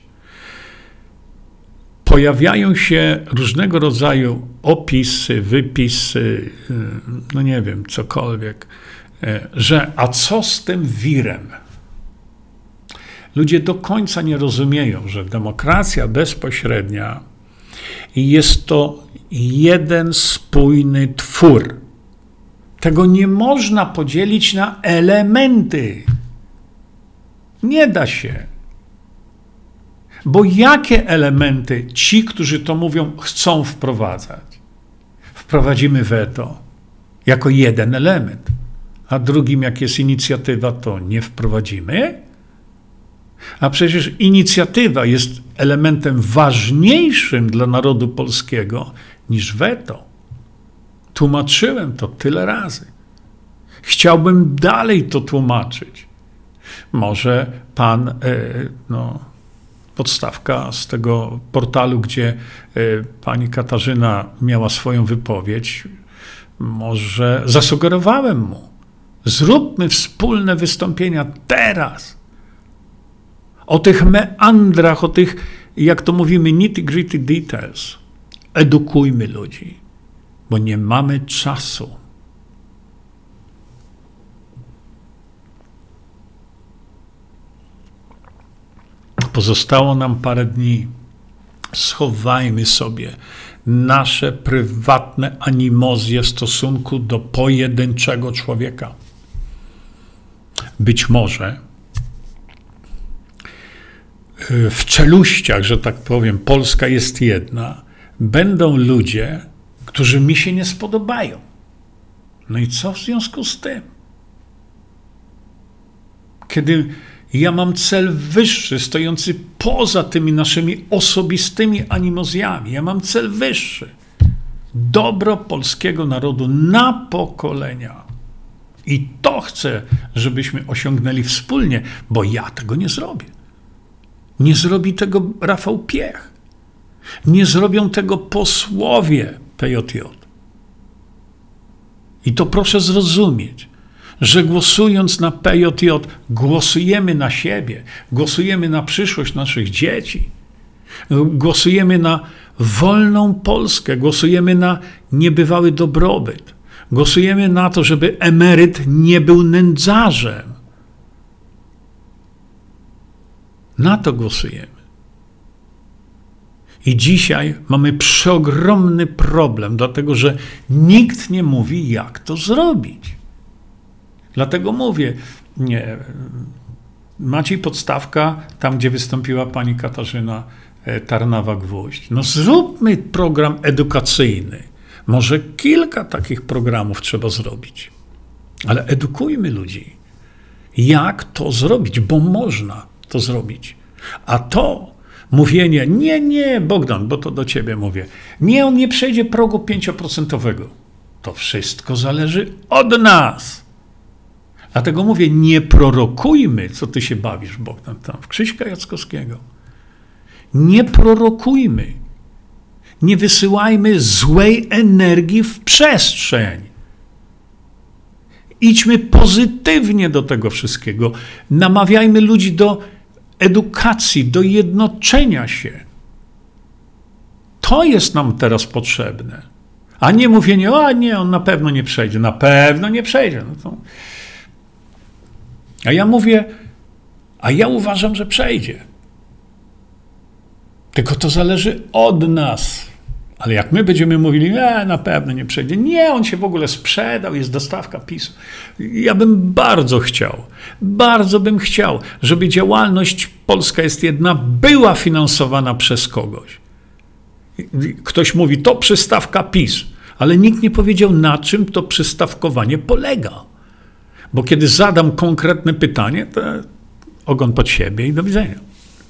Pojawiają się różnego rodzaju opisy, wypisy, no nie wiem, cokolwiek, że a co z tym wirem? Ludzie do końca nie rozumieją, że demokracja bezpośrednia jest to jeden spójny twór. Tego nie można podzielić na elementy. Nie da się. Bo jakie elementy ci, którzy to mówią, chcą wprowadzać? Wprowadzimy weto jako jeden element, a drugim, jak jest inicjatywa, to nie wprowadzimy? A przecież inicjatywa jest elementem ważniejszym dla narodu polskiego niż weto. Tłumaczyłem to tyle razy. Chciałbym dalej to tłumaczyć. Może pan, no, podstawka z tego portalu, gdzie pani Katarzyna miała swoją wypowiedź, może zasugerowałem mu. Zróbmy wspólne wystąpienia teraz. O tych meandrach, o tych, jak to mówimy, nitty-gritty details. Edukujmy ludzi, bo nie mamy czasu. Pozostało nam parę dni. Schowajmy sobie nasze prywatne animozje w stosunku do pojedynczego człowieka. Być może w czeluściach, że tak powiem, Polska jest jedna, będą ludzie, którzy mi się nie spodobają. No i co w związku z tym? Kiedy ja mam cel wyższy, stojący poza tymi naszymi osobistymi animozjami. Ja mam cel wyższy. Dobro polskiego narodu na pokolenia. I to chcę, żebyśmy osiągnęli wspólnie, bo ja tego nie zrobię. Nie zrobi tego Rafał Piech. Nie zrobią tego posłowie P J J. I to proszę zrozumieć, że głosując na P J J, głosujemy na siebie, głosujemy na przyszłość naszych dzieci, głosujemy na wolną Polskę, głosujemy na niebywały dobrobyt, głosujemy na to, żeby emeryt nie był nędzarzem. Na to głosujemy. I dzisiaj mamy przeogromny problem, dlatego że nikt nie mówi, jak to zrobić. Dlatego mówię, nie, Maciej Podstawka, tam gdzie wystąpiła pani Katarzyna Tarnawa-Gwóźdź. No zróbmy program edukacyjny. Może kilka takich programów trzeba zrobić. Ale edukujmy ludzi. Jak to zrobić? Bo można to zrobić. A to mówienie, nie, nie, Bogdan, bo to do ciebie mówię, nie, on nie przejdzie progu pięcioprocentowego. To wszystko zależy od nas. Dlatego mówię, nie prorokujmy, co ty się bawisz, Bogdan, tam w Krzyśka Jackowskiego. Nie prorokujmy. Nie wysyłajmy złej energii w przestrzeń. Idźmy pozytywnie do tego wszystkiego. Namawiajmy ludzi do edukacji, do jednoczenia się. To jest nam teraz potrzebne. A nie mówienie, a nie, on na pewno nie przejdzie. Na pewno nie przejdzie. No to... A ja mówię, a ja uważam, że przejdzie. Tylko to zależy od nas. Ale jak my będziemy mówili, e, na pewno nie przejdzie. Nie, on się w ogóle sprzedał, jest dostawka PiSu. Ja bym bardzo chciał, bardzo bym chciał, żeby działalność Polska jest jedna była finansowana przez kogoś. Ktoś mówi, to przystawka PiS. Ale nikt nie powiedział, na czym to przystawkowanie polega. Bo kiedy zadam konkretne pytanie, to ogon pod siebie i do widzenia.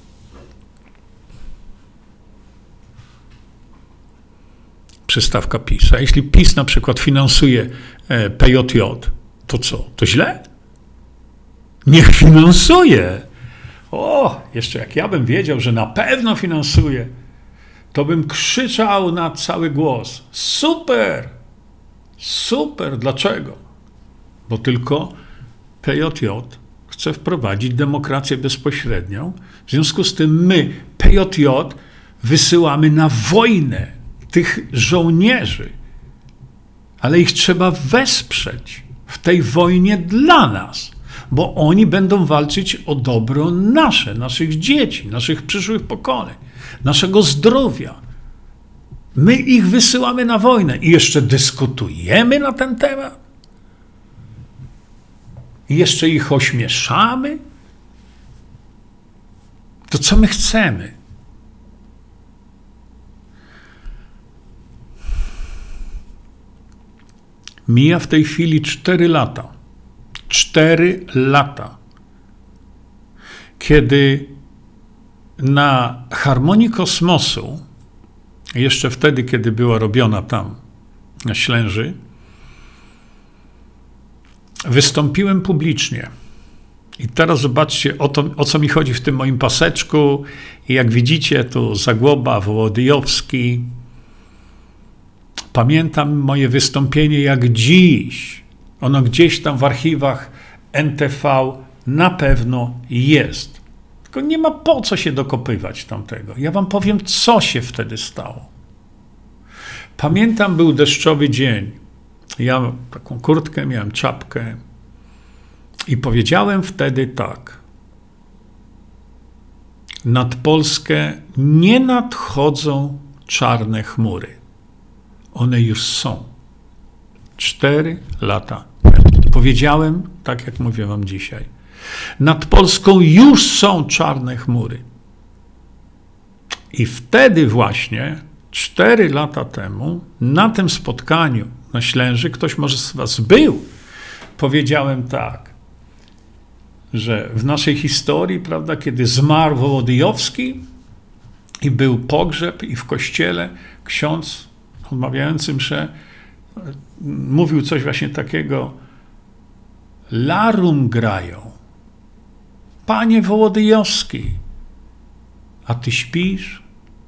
Przystawka PiS. A jeśli PiS na przykład finansuje P J J, to co? To źle? Niech finansuje. O, jeszcze jak ja bym wiedział, że na pewno finansuje, to bym krzyczał na cały głos. Super! Super! Dlaczego? Bo tylko P J J chce wprowadzić demokrację bezpośrednią. W związku z tym my, P J J, wysyłamy na wojnę tych żołnierzy, ale ich trzeba wesprzeć w tej wojnie dla nas, bo oni będą walczyć o dobro nasze, naszych dzieci, naszych przyszłych pokoleń, naszego zdrowia. My ich wysyłamy na wojnę i jeszcze dyskutujemy na ten temat? I jeszcze ich ośmieszamy? To co my chcemy? Mija w tej chwili cztery lata. Cztery lata. Kiedy na Harmonii Kosmosu, jeszcze wtedy, kiedy była robiona tam na Ślęży, wystąpiłem publicznie. I teraz zobaczcie, o, to, o co mi chodzi w tym moim paseczku. I jak widzicie, tu Zagłoba, Wołodyjowski. Pamiętam moje wystąpienie jak dziś. Ono gdzieś tam w archiwach N T V na pewno jest. Tylko nie ma po co się dokopywać tamtego. Ja wam powiem, co się wtedy stało. Pamiętam, był deszczowy dzień. Ja taką kurtkę, miałem czapkę i powiedziałem wtedy tak. Nad Polskę nie nadchodzą czarne chmury. One już są. Cztery lata temu. Powiedziałem, tak jak mówię wam dzisiaj. Nad Polską już są czarne chmury. I wtedy właśnie, cztery lata temu, na tym spotkaniu na Ślęży, ktoś może z was był, powiedziałem tak, że w naszej historii, prawda, kiedy zmarł Wołodyjowski i był pogrzeb i w kościele ksiądz odmawiający mszę mówił coś właśnie takiego: larum grają. Panie Wołodyjowski, a ty śpisz?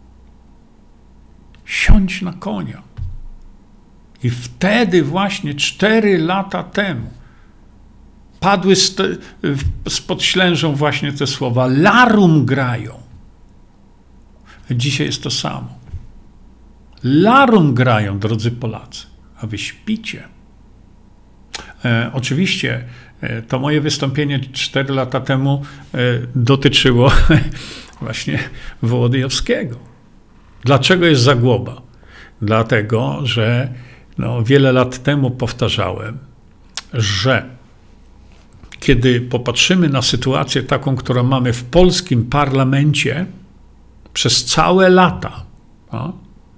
Siądź na konia. I wtedy właśnie cztery lata temu padły spod Ślężą właśnie te słowa: larum grają. Dzisiaj jest to samo. Larum grają, drodzy Polacy, a wy śpicie. E, oczywiście e, to moje wystąpienie cztery lata temu e, dotyczyło właśnie Wołodyjowskiego. Dlaczego jest Zagłoba? Dlatego, że no, wiele lat temu powtarzałem, że kiedy popatrzymy na sytuację taką, którą mamy w polskim parlamencie przez całe lata, no,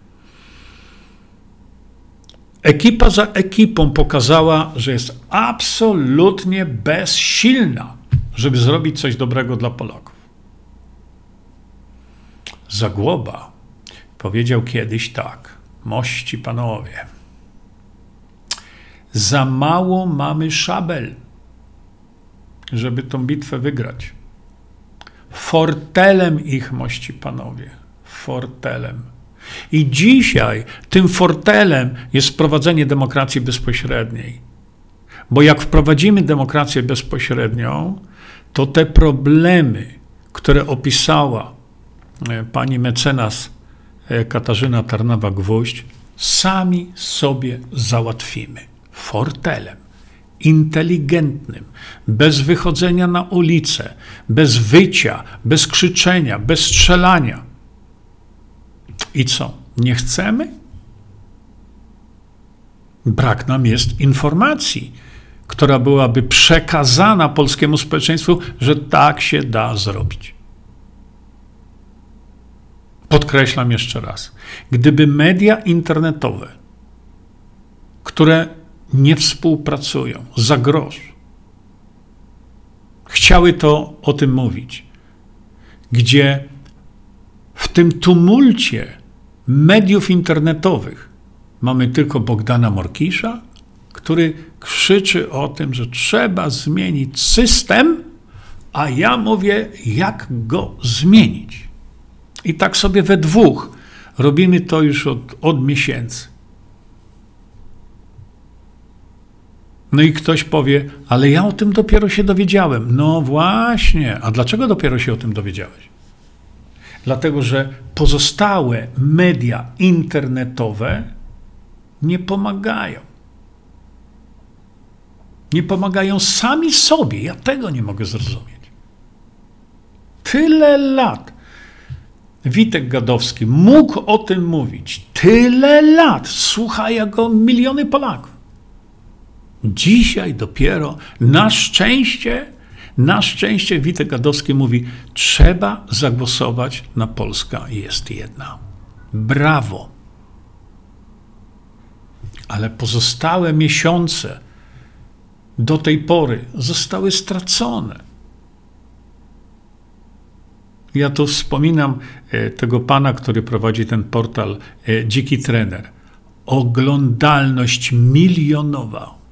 ekipa za ekipą pokazała, że jest absolutnie bezsilna, żeby zrobić coś dobrego dla Polaków. Zagłoba powiedział kiedyś tak: mości panowie, za mało mamy szabel, żeby tą bitwę wygrać. Fortelem ich, mości panowie, fortelem. I dzisiaj tym fortelem jest wprowadzenie demokracji bezpośredniej. Bo jak wprowadzimy demokrację bezpośrednią, to te problemy, które opisała pani mecenas Katarzyna Tarnawa-Gwóźdź, sami sobie załatwimy. Fortelem, inteligentnym, bez wychodzenia na ulicę, bez wycia, bez krzyczenia, bez strzelania. I co? Nie chcemy? Brak nam jest informacji, która byłaby przekazana polskiemu społeczeństwu, że tak się da zrobić. Podkreślam jeszcze raz. Gdyby media internetowe które nie współpracują za grosz. Chciały to o tym mówić, gdzie w tym tumulcie mediów internetowych mamy tylko Bogdana Morkisza, który krzyczy o tym, że trzeba zmienić system, a ja mówię, jak go zmienić. I tak sobie we dwóch robimy to już od, od miesięcy. No i ktoś powie, ale ja o tym dopiero się dowiedziałem. No właśnie, a dlaczego dopiero się o tym dowiedziałeś? Dlatego, że pozostałe media internetowe nie pomagają. Nie pomagają sami sobie. Ja tego nie mogę zrozumieć. Tyle lat Witek Gadowski mógł o tym mówić. Tyle lat słuchają go miliony Polaków. Dzisiaj dopiero na szczęście, na szczęście Witek Gadowski mówi, trzeba zagłosować na Polska jest jedna. Brawo. Ale pozostałe miesiące do tej pory zostały stracone. Ja tu wspominam tego pana, który prowadzi ten portal Dziki Trener. Oglądalność milionowa.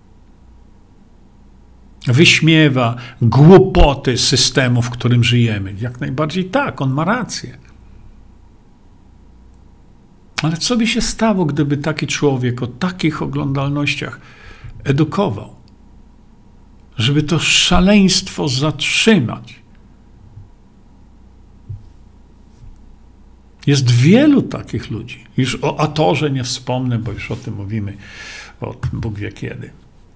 Wyśmiewa głupoty systemu, w którym żyjemy. Jak najbardziej tak, on ma rację. Ale co by się stało, gdyby taki człowiek o takich oglądalnościach edukował? Żeby to szaleństwo zatrzymać. Jest wielu takich ludzi. Już o Atorze nie wspomnę, bo już o tym mówimy od Bóg wie kiedy.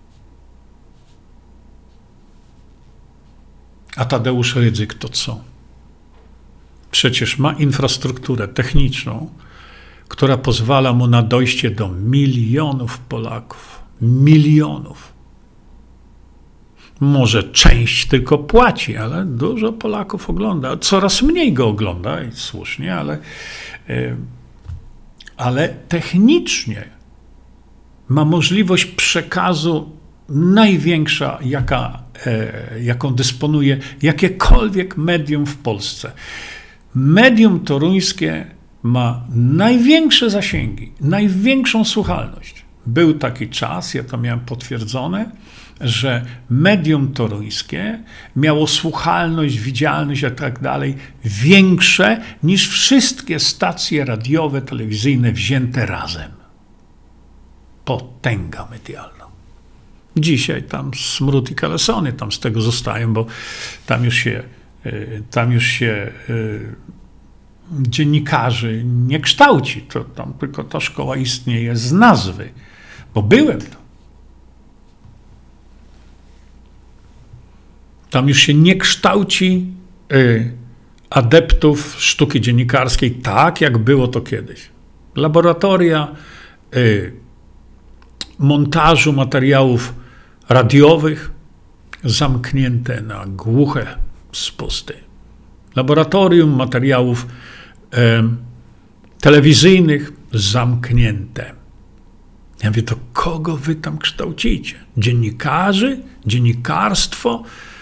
A Tadeusz Rydzyk to co? Przecież ma infrastrukturę techniczną, która pozwala mu na dojście do milionów Polaków. Milionów. Może część tylko płaci, ale dużo Polaków ogląda. Coraz mniej go ogląda i słusznie, ale, ale technicznie ma możliwość przekazu największa, jaka, jaką dysponuje jakiekolwiek medium w Polsce. Medium toruńskie ma największe zasięgi, największą słuchalność. Był taki czas, ja to miałem potwierdzone, że medium toruńskie miało słuchalność, widzialność i tak dalej większe niż wszystkie stacje radiowe, telewizyjne wzięte razem. Potęga medialna. Dzisiaj tam smród i kalesony tam z tego zostają, bo tam już się, tam już się dziennikarzy nie kształci. To tam tylko ta szkoła istnieje z nazwy, bo byłem tam. Tam już się nie kształci y, adeptów sztuki dziennikarskiej tak, jak było to kiedyś. Laboratoria y, montażu materiałów radiowych zamknięte na głuche spusty. Laboratorium materiałów y, telewizyjnych zamknięte. Ja mówię, to kogo wy tam kształcicie? Dziennikarzy? Dziennikarstwo?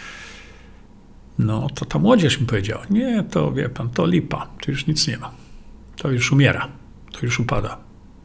No, to ta młodzież mi powiedziała, nie, to wie pan, to lipa, to już nic nie ma. To już umiera, to już upada.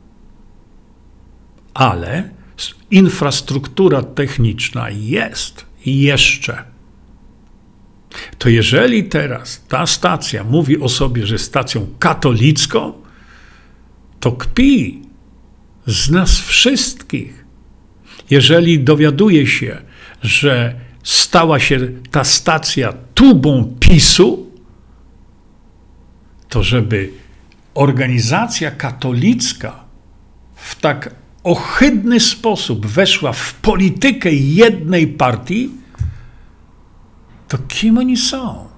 Ale infrastruktura techniczna jest jeszcze. To jeżeli teraz ta stacja mówi o sobie, że jest stacją katolicką, to kpi z nas wszystkich. Jeżeli dowiaduje się, że stała się ta stacja tubą PiSu, to żeby organizacja katolicka w tak ohydny sposób weszła w politykę jednej partii, to kim oni są?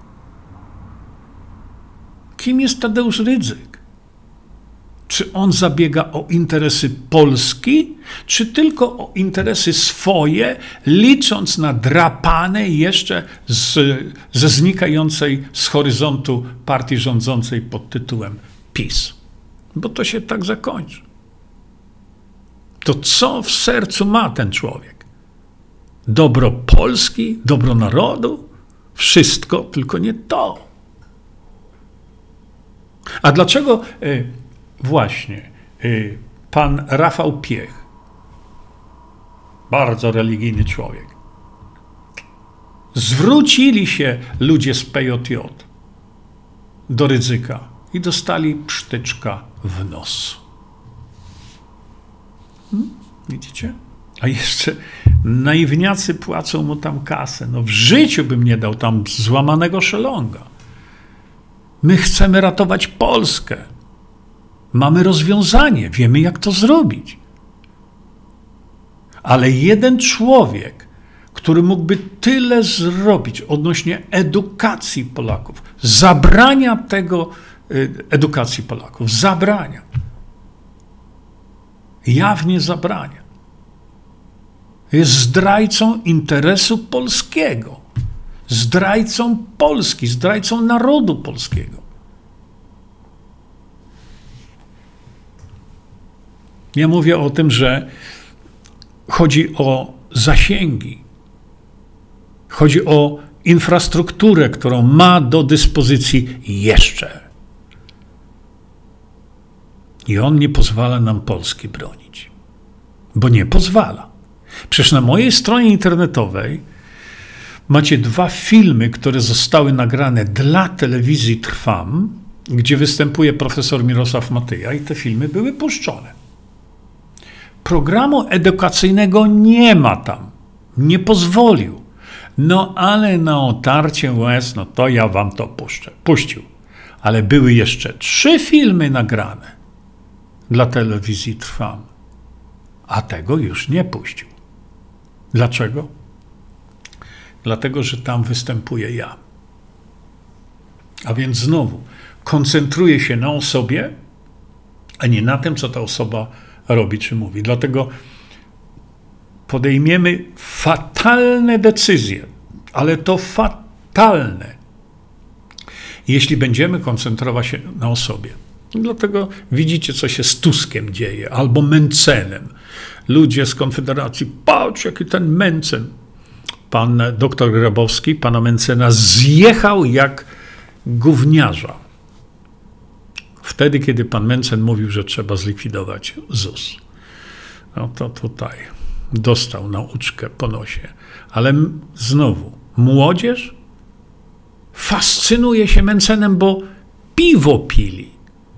Kim jest Tadeusz Rydzyk? Czy on zabiega o interesy Polski, czy tylko o interesy swoje, licząc na drapane jeszcze z, ze znikającej z horyzontu partii rządzącej pod tytułem PiS? Bo to się tak zakończy. To to co w sercu ma ten człowiek? Dobro Polski, dobro narodu? Wszystko, tylko nie to. A dlaczego y, właśnie y, pan Rafał Piech, bardzo religijny człowiek, zwrócili się ludzie z P J J do Rydzyka i dostali psztyczka w nos. Hmm? Widzicie? A jeszcze naiwniacy płacą mu tam kasę. No w życiu bym nie dał tam złamanego szelonga. My chcemy ratować Polskę. Mamy rozwiązanie, wiemy jak to zrobić. Ale jeden człowiek, który mógłby tyle zrobić odnośnie edukacji Polaków, zabrania tego, edukacji Polaków, zabrania. Jawnie zabrania. Jest zdrajcą interesu polskiego. Zdrajcą Polski, zdrajcą narodu polskiego. Ja mówię o tym, że chodzi o zasięgi. Chodzi o infrastrukturę, którą ma do dyspozycji jeszcze. I on nie pozwala nam Polski bronić. Bo nie pozwala. Przecież na mojej stronie internetowej macie dwa filmy, które zostały nagrane dla telewizji Trwam, gdzie występuje profesor Mirosław Matyja i te filmy były puszczone. Programu edukacyjnego nie ma tam. Nie pozwolił. No ale na otarcie łez, no to ja wam to puszczę. Puścił. Ale były jeszcze trzy filmy nagrane dla telewizji Trwam. A tego już nie puścił. Dlaczego? Dlatego, że tam występuję ja. A więc znowu koncentruję się na osobie, a nie na tym, co ta osoba robi czy mówi. Dlatego podejmiemy fatalne decyzje, ale to fatalne, jeśli będziemy koncentrować się na osobie. Dlatego widzicie, co się z Tuskiem dzieje, albo Mencenem. Ludzie z Konfederacji, patrz, jaki ten Mencen. Pan doktor Grabowski pana Mencena zjechał jak gówniarza. Wtedy, kiedy pan Mencen mówił, że trzeba zlikwidować Z U S. No to tutaj dostał nauczkę po nosie. Ale znowu, młodzież fascynuje się Mencenem, bo piwo pili.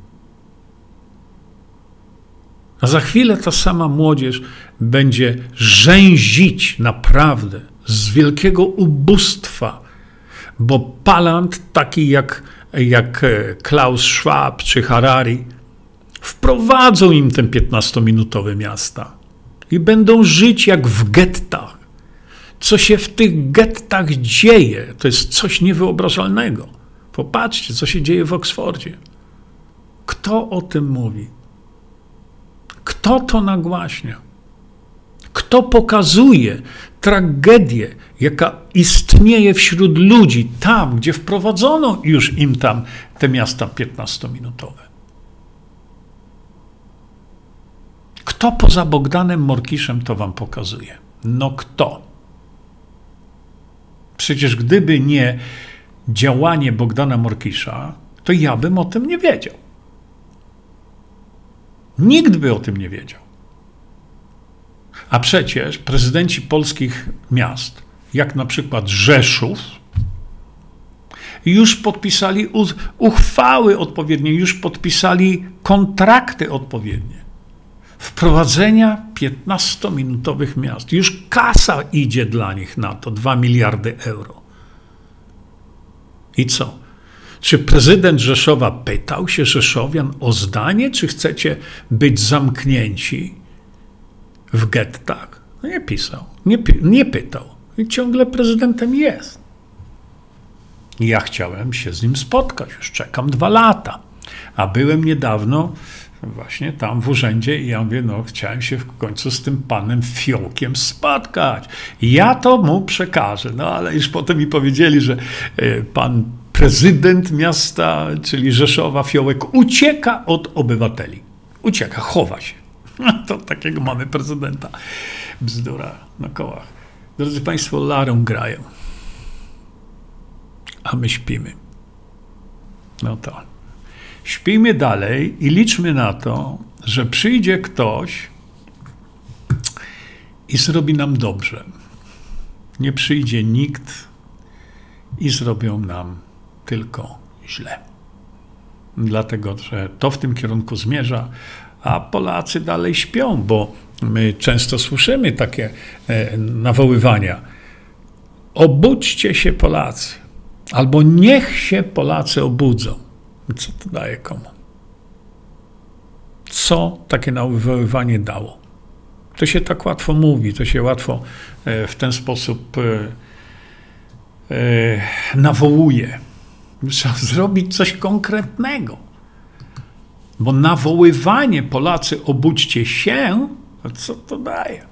A za chwilę ta sama młodzież będzie rzęzić naprawdę z wielkiego ubóstwa, bo Palant, taki jak, jak Klaus Schwab czy Harari, wprowadzą im te piętnastominutowe miasta i będą żyć jak w gettach. Co się w tych gettach dzieje, to jest coś niewyobrażalnego. Popatrzcie, co się dzieje w Oksfordzie. Kto o tym mówi? Kto to nagłaśnia? Kto pokazuje tragedię, jaka istnieje wśród ludzi tam, gdzie wprowadzono już im tam te miasta piętnastominutowe? Kto poza Bogdanem Morkiszem to wam pokazuje? No kto? Przecież gdyby nie działanie Bogdana Morkisza, to ja bym o tym nie wiedział. Nikt by o tym nie wiedział. A przecież prezydenci polskich miast, jak na przykład Rzeszów, już podpisali uchwały odpowiednie, już podpisali kontrakty odpowiednie. Wprowadzenia piętnastominutowych miast. Już kasa idzie dla nich na to, dwa miliardy euro. I co? Czy prezydent Rzeszowa pytał się Rzeszowian o zdanie, czy chcecie być zamknięci w gettach? No nie pisał, nie, nie pytał. I ciągle prezydentem jest. I ja chciałem się z nim spotkać, już czekam dwa lata. A byłem niedawno właśnie tam w urzędzie i ja mówię, no chciałem się w końcu z tym panem Fiołkiem spotkać. Ja to mu przekażę. No ale już potem mi powiedzieli, że y, pan prezydent miasta, czyli Rzeszowa, Fiołek, ucieka od obywateli. Ucieka, chowa się. To takiego mamy prezydenta. Bzdura na kołach. Drodzy Państwo, larą grają, a my śpimy. No to śpimy dalej i liczmy na to, że przyjdzie ktoś i zrobi nam dobrze. Nie przyjdzie nikt i zrobią nam tylko źle. Dlatego, że to w tym kierunku zmierza, a Polacy dalej śpią, bo my często słyszymy takie e, nawoływania. Obudźcie się Polacy, albo niech się Polacy obudzą. Co to daje komu? Co takie nawoływanie dało? To się tak łatwo mówi, to się łatwo e, w ten sposób e, e, nawołuje. Trzeba zrobić coś konkretnego. Bo nawoływanie Polacy obudźcie się, to co to daje?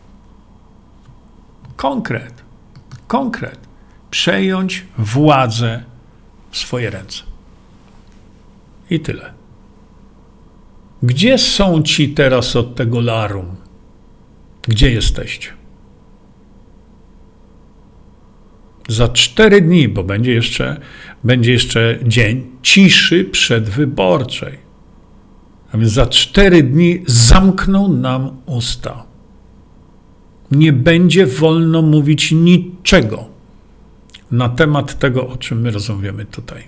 Konkret. Konkret. Przejąć władzę w swoje ręce. I tyle. Gdzie są ci teraz od tego larum? Gdzie jesteście? Za cztery dni, bo będzie jeszcze, będzie jeszcze dzień ciszy przedwyborczej. A więc za cztery dni zamkną nam usta. Nie będzie wolno mówić niczego na temat tego, o czym my rozmawiamy tutaj.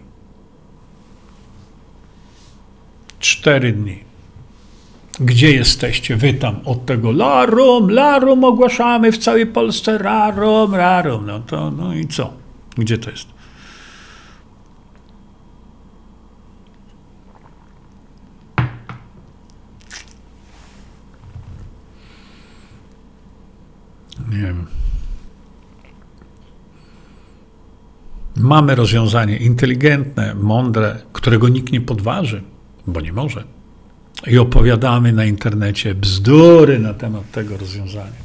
Cztery dni. Gdzie jesteście? Wy tam od tego larum, larum ogłaszamy w całej Polsce, larum, larum. No to, no i co? Gdzie to jest? Nie wiem. Mamy rozwiązanie inteligentne, mądre, którego nikt nie podważy, bo nie może. I opowiadamy na internecie bzdury na temat tego rozwiązania.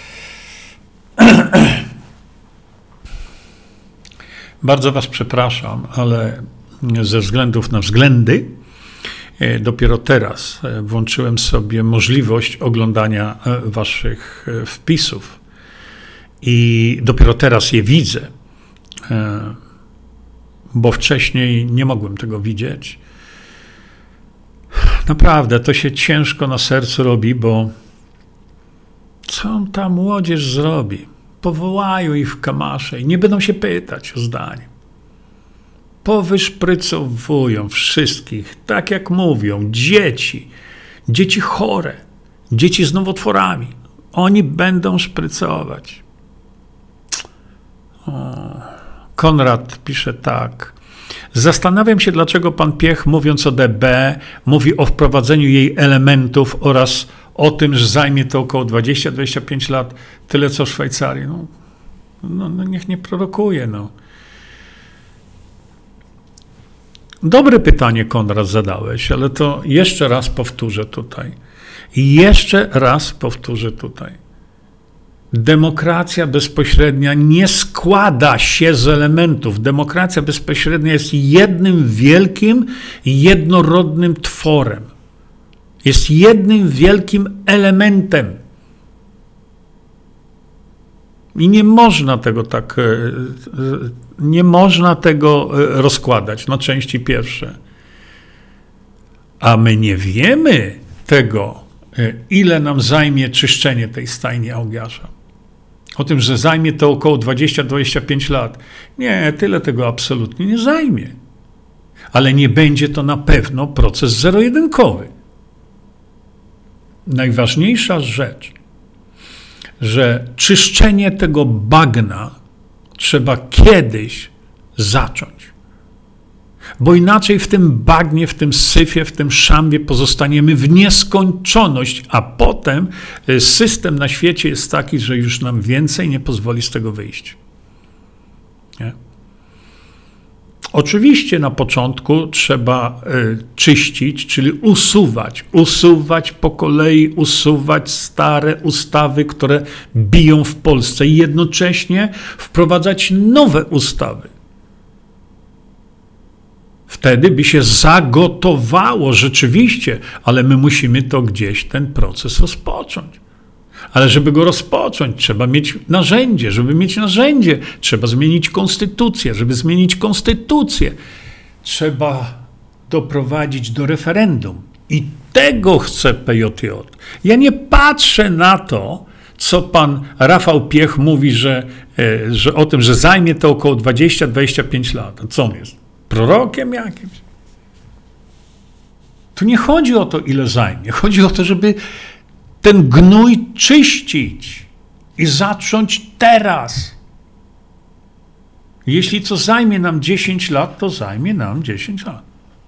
Bardzo was przepraszam, ale ze względów na względy dopiero teraz włączyłem sobie możliwość oglądania waszych wpisów. I dopiero teraz je widzę, bo wcześniej nie mogłem tego widzieć. Naprawdę, to się ciężko na sercu robi, bo co ta młodzież zrobi? Powołają ich w kamasze i nie będą się pytać o zdanie. Powyszprycowują wszystkich, tak jak mówią, dzieci, dzieci chore, dzieci z nowotworami. Oni będą szprycować. O. Konrad pisze tak. Zastanawiam się, dlaczego pan Piech, mówiąc o D B, mówi o wprowadzeniu jej elementów oraz o tym, że zajmie to około dwadzieścia do dwudziestu pięciu lat, tyle co w Szwajcarii. No, no, no niech nie prorokuje. No. Dobre pytanie, Konrad, zadałeś, ale to jeszcze raz powtórzę tutaj. I jeszcze raz powtórzę tutaj. Demokracja bezpośrednia nie składa się z elementów. Demokracja bezpośrednia jest jednym wielkim, jednorodnym tworem. Jest jednym wielkim elementem. I nie można tego tak, nie można tego rozkładać na części pierwsze. A my nie wiemy tego, ile nam zajmie czyszczenie tej stajni Augiasza. O tym, że zajmie to około dwadzieścia do dwudziestu pięciu lat. Nie, tyle tego absolutnie nie zajmie. Ale nie będzie to na pewno proces zero-jedynkowy. Najważniejsza rzecz, że czyszczenie tego bagna trzeba kiedyś zacząć. Bo inaczej w tym bagnie, w tym syfie, w tym szambie pozostaniemy w nieskończoność, a potem system na świecie jest taki, że już nam więcej nie pozwoli z tego wyjść. Nie? Oczywiście na początku trzeba y, czyścić, czyli usuwać, usuwać po kolei, usuwać stare ustawy, które biją w Polsce i jednocześnie wprowadzać nowe ustawy. Wtedy by się zagotowało rzeczywiście, ale my musimy to gdzieś, ten proces rozpocząć. Ale żeby go rozpocząć, trzeba mieć narzędzie. Żeby mieć narzędzie, trzeba zmienić konstytucję. Żeby zmienić konstytucję, trzeba doprowadzić do referendum. I tego chce P J J. Ja nie patrzę na to, co pan Rafał Piech mówi, że, że o tym, że zajmie to około dwadzieścia do dwudziestu pięciu lat. Co on jest? Prorokiem jakimś? Tu nie chodzi o to, ile zajmie. Chodzi o to, żeby ten gnój czyścić i zacząć teraz. Jeśli to zajmie nam dziesięć lat, to zajmie nam dziesięć lat.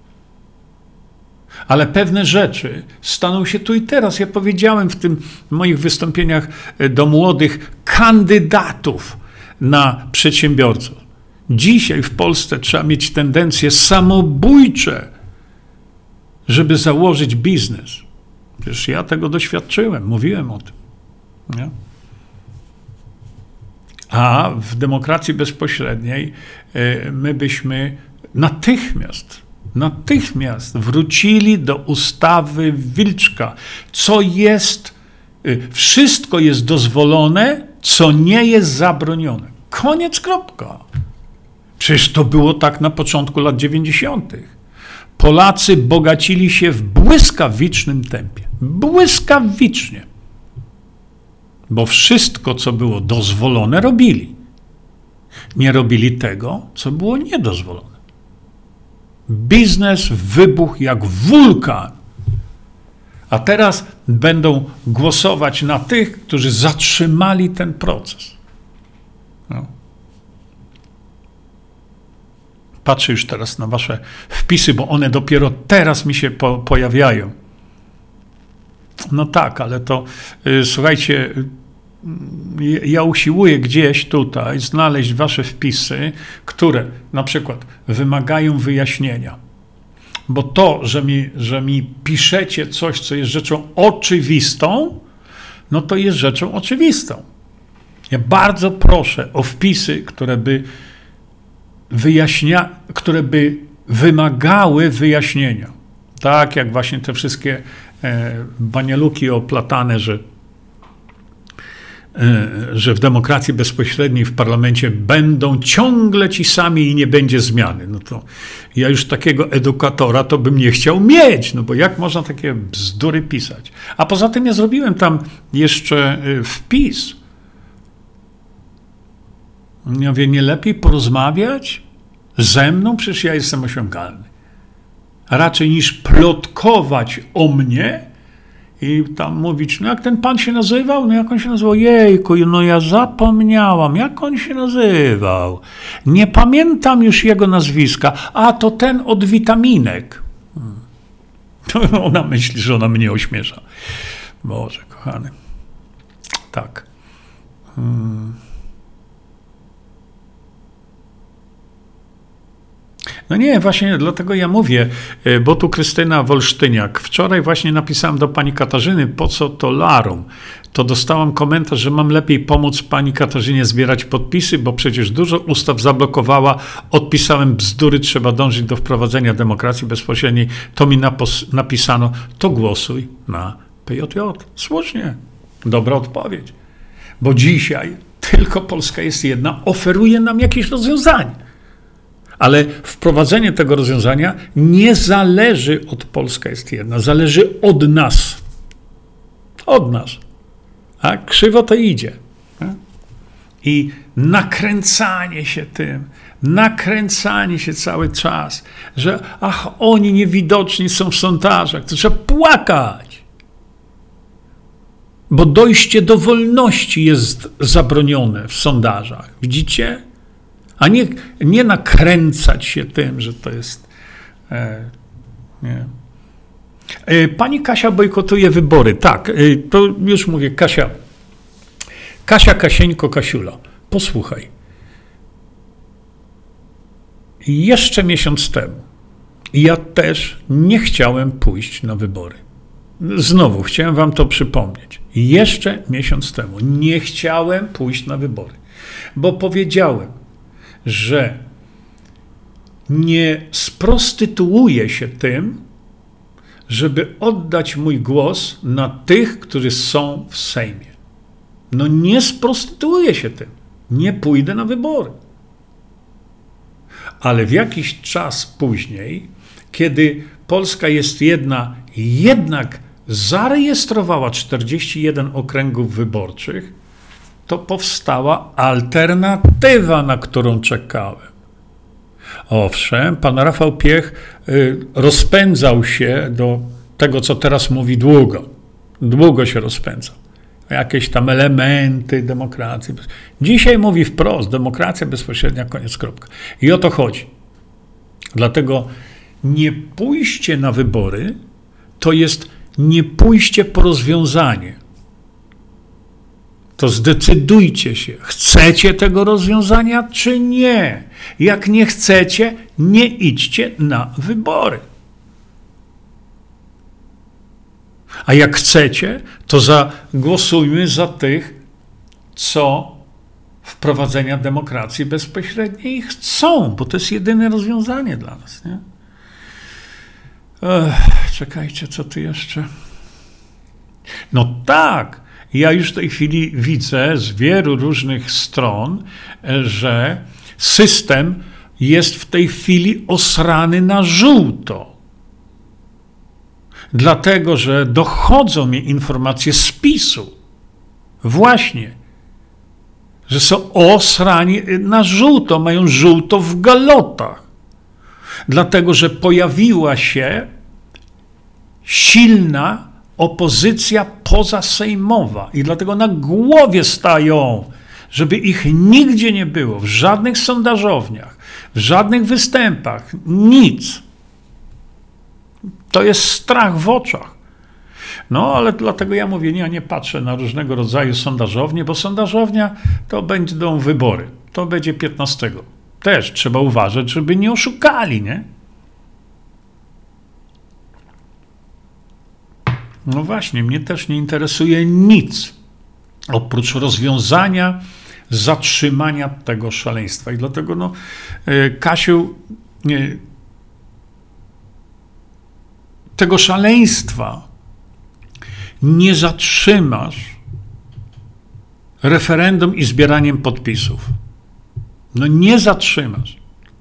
Ale pewne rzeczy staną się tu i teraz. Ja powiedziałem w tym w moich wystąpieniach do młodych kandydatów na przedsiębiorców. Dzisiaj w Polsce trzeba mieć tendencje samobójcze, żeby założyć biznes. Przecież ja tego doświadczyłem, mówiłem o tym. Nie? A w demokracji bezpośredniej my byśmy natychmiast, natychmiast wrócili do ustawy Wilczka, co jest, wszystko jest dozwolone, co nie jest zabronione. Koniec, kropka. Przecież to było tak na początku lat dziewięćdziesiątych. Polacy bogacili się w błyskawicznym tempie. Błyskawicznie. Bo wszystko, co było dozwolone, robili. Nie robili tego, co było niedozwolone. Biznes wybuchł jak wulkan. A teraz będą głosować na tych, którzy zatrzymali ten proces. No. Patrzę już teraz na wasze wpisy, bo one dopiero teraz mi się po, pojawiają. No tak, ale to y, słuchajcie, y, ja usiłuję gdzieś tutaj znaleźć wasze wpisy, które na przykład wymagają wyjaśnienia. Bo to, że mi, że mi piszecie coś, co jest rzeczą oczywistą, no to jest rzeczą oczywistą. Ja bardzo proszę o wpisy, które by wyjaśnia, które by wymagały wyjaśnienia. Tak jak właśnie te wszystkie e, banialuki oplatane, że, e, że w demokracji bezpośredniej w parlamencie będą ciągle ci sami i nie będzie zmiany. No to ja już takiego edukatora to bym nie chciał mieć, no bo jak można takie bzdury pisać? A poza tym ja zrobiłem tam jeszcze wpis. Ja mówię, nie lepiej porozmawiać ze mną? Przecież ja jestem osiągalny. Raczej niż plotkować o mnie i tam mówić, no jak ten pan się nazywał? No jak on się nazywał? Jejku, no ja zapomniałam, jak on się nazywał. Nie pamiętam już jego nazwiska. A, to ten od witaminek. Hmm. To ona myśli, że ona mnie ośmiesza. Boże, kochany. Tak. Hmm. No nie, właśnie dlatego ja mówię, bo tu Krystyna Wolsztyniak. Wczoraj właśnie napisałem do pani Katarzyny, po co to larum. To dostałam komentarz, że mam lepiej pomóc pani Katarzynie zbierać podpisy, bo przecież dużo ustaw zablokowała. Odpisałem bzdury, trzeba dążyć do wprowadzenia demokracji bezpośredniej. To mi napos- napisano, to głosuj na P J J. Słusznie, dobra odpowiedź. Bo dzisiaj tylko Polska jest jedna, oferuje nam jakieś rozwiązanie. Ale wprowadzenie tego rozwiązania nie zależy od Polska jest jedna, zależy od nas. Od nas. A krzywo to idzie. I nakręcanie się tym, nakręcanie się cały czas, że ach, oni niewidoczni są w sondażach, to trzeba płakać. Bo dojście do wolności jest zabronione w sondażach. Widzicie? A nie, nie nakręcać się tym, że to jest... E, nie. E, pani Kasia bojkotuje wybory. Tak, e, to już mówię, Kasia. Kasia, Kasieńko, Kasiula. Posłuchaj. Jeszcze miesiąc temu ja też nie chciałem pójść na wybory. Znowu, chciałem wam to przypomnieć. Jeszcze miesiąc temu nie chciałem pójść na wybory, bo powiedziałem, że nie sprostytuuję się tym, żeby oddać mój głos na tych, którzy są w Sejmie. No nie sprostytuuję się tym. Nie pójdę na wybory. Ale w jakiś czas później, kiedy Polska jest jedna, jednak zarejestrowała czterdzieści jeden okręgów wyborczych, to powstała alternatywa, na którą czekałem. Owszem, pan Rafał Piech y, rozpędzał się do tego, co teraz mówi długo. Długo się rozpędzał. Jakieś tam elementy demokracji. Dzisiaj mówi wprost, demokracja bezpośrednia, koniec, kropka. I o to chodzi. Dlatego nie pójście na wybory to jest nie pójście po rozwiązanie. To zdecydujcie się, chcecie tego rozwiązania, czy nie. Jak nie chcecie, nie idźcie na wybory. A jak chcecie, to zagłosujmy za tych, co wprowadzenia demokracji bezpośredniej chcą, bo to jest jedyne rozwiązanie dla nas. Nie? Ech, czekajcie, co tu jeszcze? No tak, ja już w tej chwili widzę z wielu różnych stron, że system jest w tej chwili osrany na żółto. Dlatego, że dochodzą mi informacje z PiSu, właśnie, że są osrani na żółto, mają żółto w galotach. Dlatego, że pojawiła się silna opozycja pozasejmowa i dlatego na głowie stają, żeby ich nigdzie nie było, w żadnych sondażowniach, w żadnych występach, nic. To jest strach w oczach. No, ale dlatego ja mówię, ja nie patrzę na różnego rodzaju sondażownie, bo sondażownia to będą wybory. To będzie piętnastego. Też trzeba uważać, żeby nie oszukali, nie? No właśnie, mnie też nie interesuje nic oprócz rozwiązania, zatrzymania tego szaleństwa. I dlatego, no, Kasiu, nie, tego szaleństwa nie zatrzymasz referendum i zbieraniem podpisów. No nie zatrzymasz.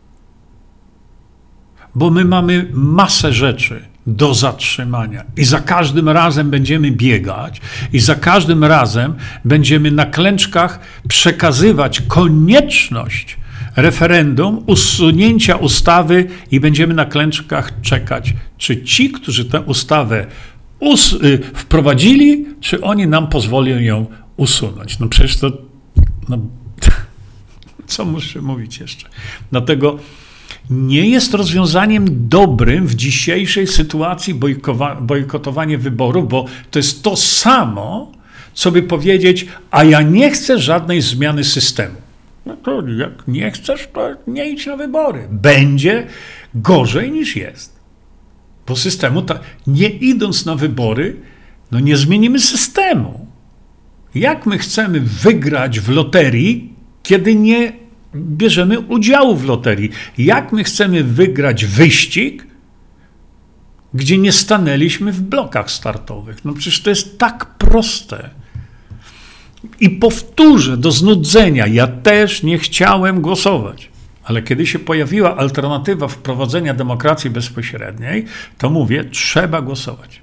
Bo my mamy masę rzeczy do zatrzymania i za każdym razem będziemy biegać i za każdym razem będziemy na klęczkach przekazywać konieczność referendum, usunięcia ustawy i będziemy na klęczkach czekać, czy ci, którzy tę ustawę us- wprowadzili, czy oni nam pozwolą ją usunąć. No przecież to, no, co muszę mówić jeszcze? Dlatego nie jest rozwiązaniem dobrym w dzisiejszej sytuacji bojkowa- bojkotowanie wyborów, bo to jest to samo, co by powiedzieć, a ja nie chcę żadnej zmiany systemu. No to jak nie chcesz, to nie idź na wybory. Będzie gorzej niż jest. Bo systemu, ta, nie idąc na wybory, no nie zmienimy systemu. Jak my chcemy wygrać w loterii, kiedy nie bierzemy udziału w loterii? Jak my chcemy wygrać wyścig, gdzie nie stanęliśmy w blokach startowych? No przecież to jest tak proste. I powtórzę do znudzenia, ja też nie chciałem głosować. Ale kiedy się pojawiła alternatywa wprowadzenia demokracji bezpośredniej, to mówię, trzeba głosować.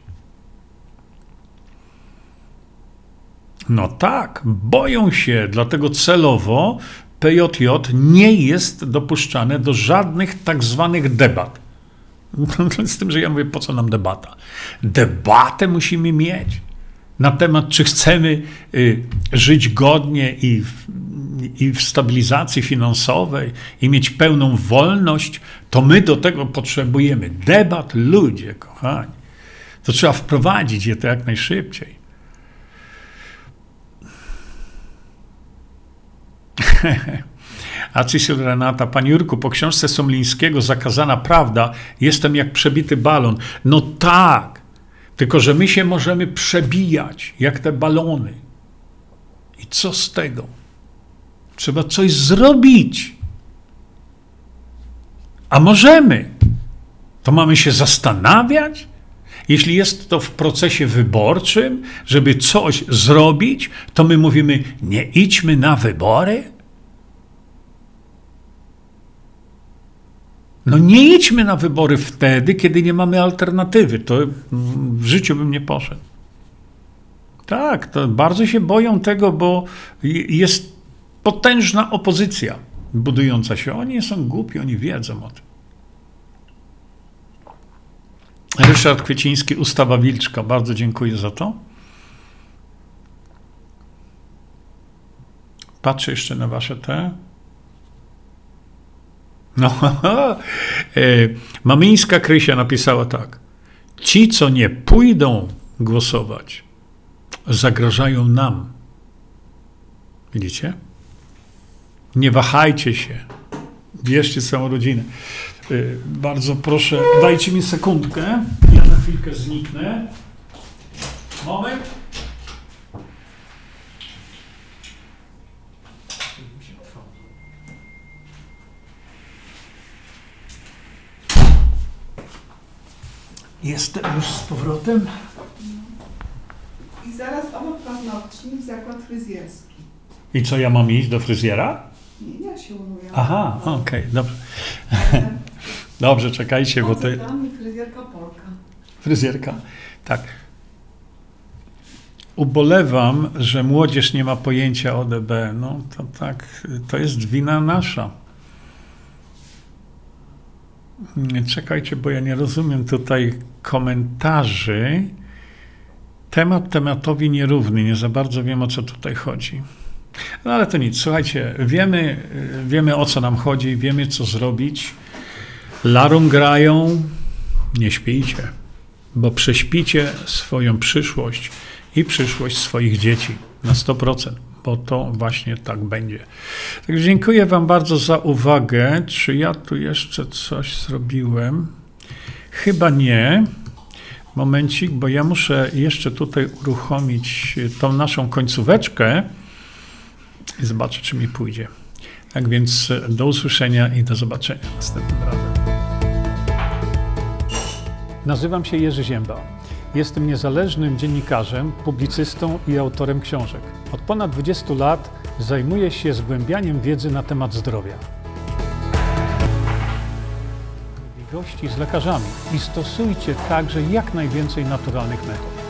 No tak, boją się, dlatego celowo P J J nie jest dopuszczane do żadnych tak zwanych debat. Z tym, że ja mówię, po co nam debata? Debatę musimy mieć na temat, czy chcemy y, żyć godnie i w, i w stabilizacji finansowej i mieć pełną wolność, to my do tego potrzebujemy debat. Ludzie, kochani, to trzeba wprowadzić je to jak najszybciej. A Cysil Renata, panie Jurku, po książce Somlińskiego Zakazana Prawda jestem jak przebity balon. No tak, tylko że my się możemy przebijać jak te balony. I co z tego? Trzeba coś zrobić. A możemy. To mamy się zastanawiać? Jeśli jest to w procesie wyborczym, żeby coś zrobić, to my mówimy, nie idźmy na wybory? No nie idźmy na wybory wtedy, kiedy nie mamy alternatywy. To w życiu bym nie poszedł. Tak, to bardzo się boją tego, bo jest potężna opozycja budująca się. Oni są głupi, oni wiedzą o tym. Ryszard Kwieciński, Ustawa Wilczka. Bardzo dziękuję za to. Patrzę jeszcze na wasze te. No, Mamińska Krysia napisała tak. Ci, co nie pójdą głosować, zagrażają nam. Widzicie? Nie wahajcie się. Bierzcie swoją rodzinę. Bardzo proszę, dajcie mi sekundkę. Ja na chwilkę zniknę. Moment. Jestem już z powrotem. I zaraz obok paznokci zakład fryzjerski. I co, ja mam iść do fryzjera? Nie, ja się umówiłam. Aha, okej, okay, dobrze. Dobrze, czekajcie, bo to... Tam fryzjerka Polka. Fryzjerka, tak. Ubolewam, że młodzież nie ma pojęcia o D B. No to tak, to jest wina nasza. Czekajcie, bo ja nie rozumiem tutaj komentarzy. Temat tematowi nierówny. Nie za bardzo wiem, o co tutaj chodzi. No ale to nic. Słuchajcie, wiemy, wiemy o co nam chodzi, wiemy, co zrobić. Larum grają, nie śpijcie, bo prześpicie swoją przyszłość i przyszłość swoich dzieci na sto procent, bo to właśnie tak będzie. Także dziękuję wam bardzo za uwagę. Czy ja tu jeszcze coś zrobiłem? Chyba nie. Momencik, bo ja muszę jeszcze tutaj uruchomić tą naszą końcóweczkę i zobaczę, czy mi pójdzie. Tak więc do usłyszenia i do zobaczenia następnym razem. Nazywam się Jerzy Ziemba. Jestem niezależnym dziennikarzem, publicystą i autorem książek. Od ponad dwudziestu lat zajmuję się zgłębianiem wiedzy na temat zdrowia. Gości z lekarzami i stosujcie także jak najwięcej naturalnych metod.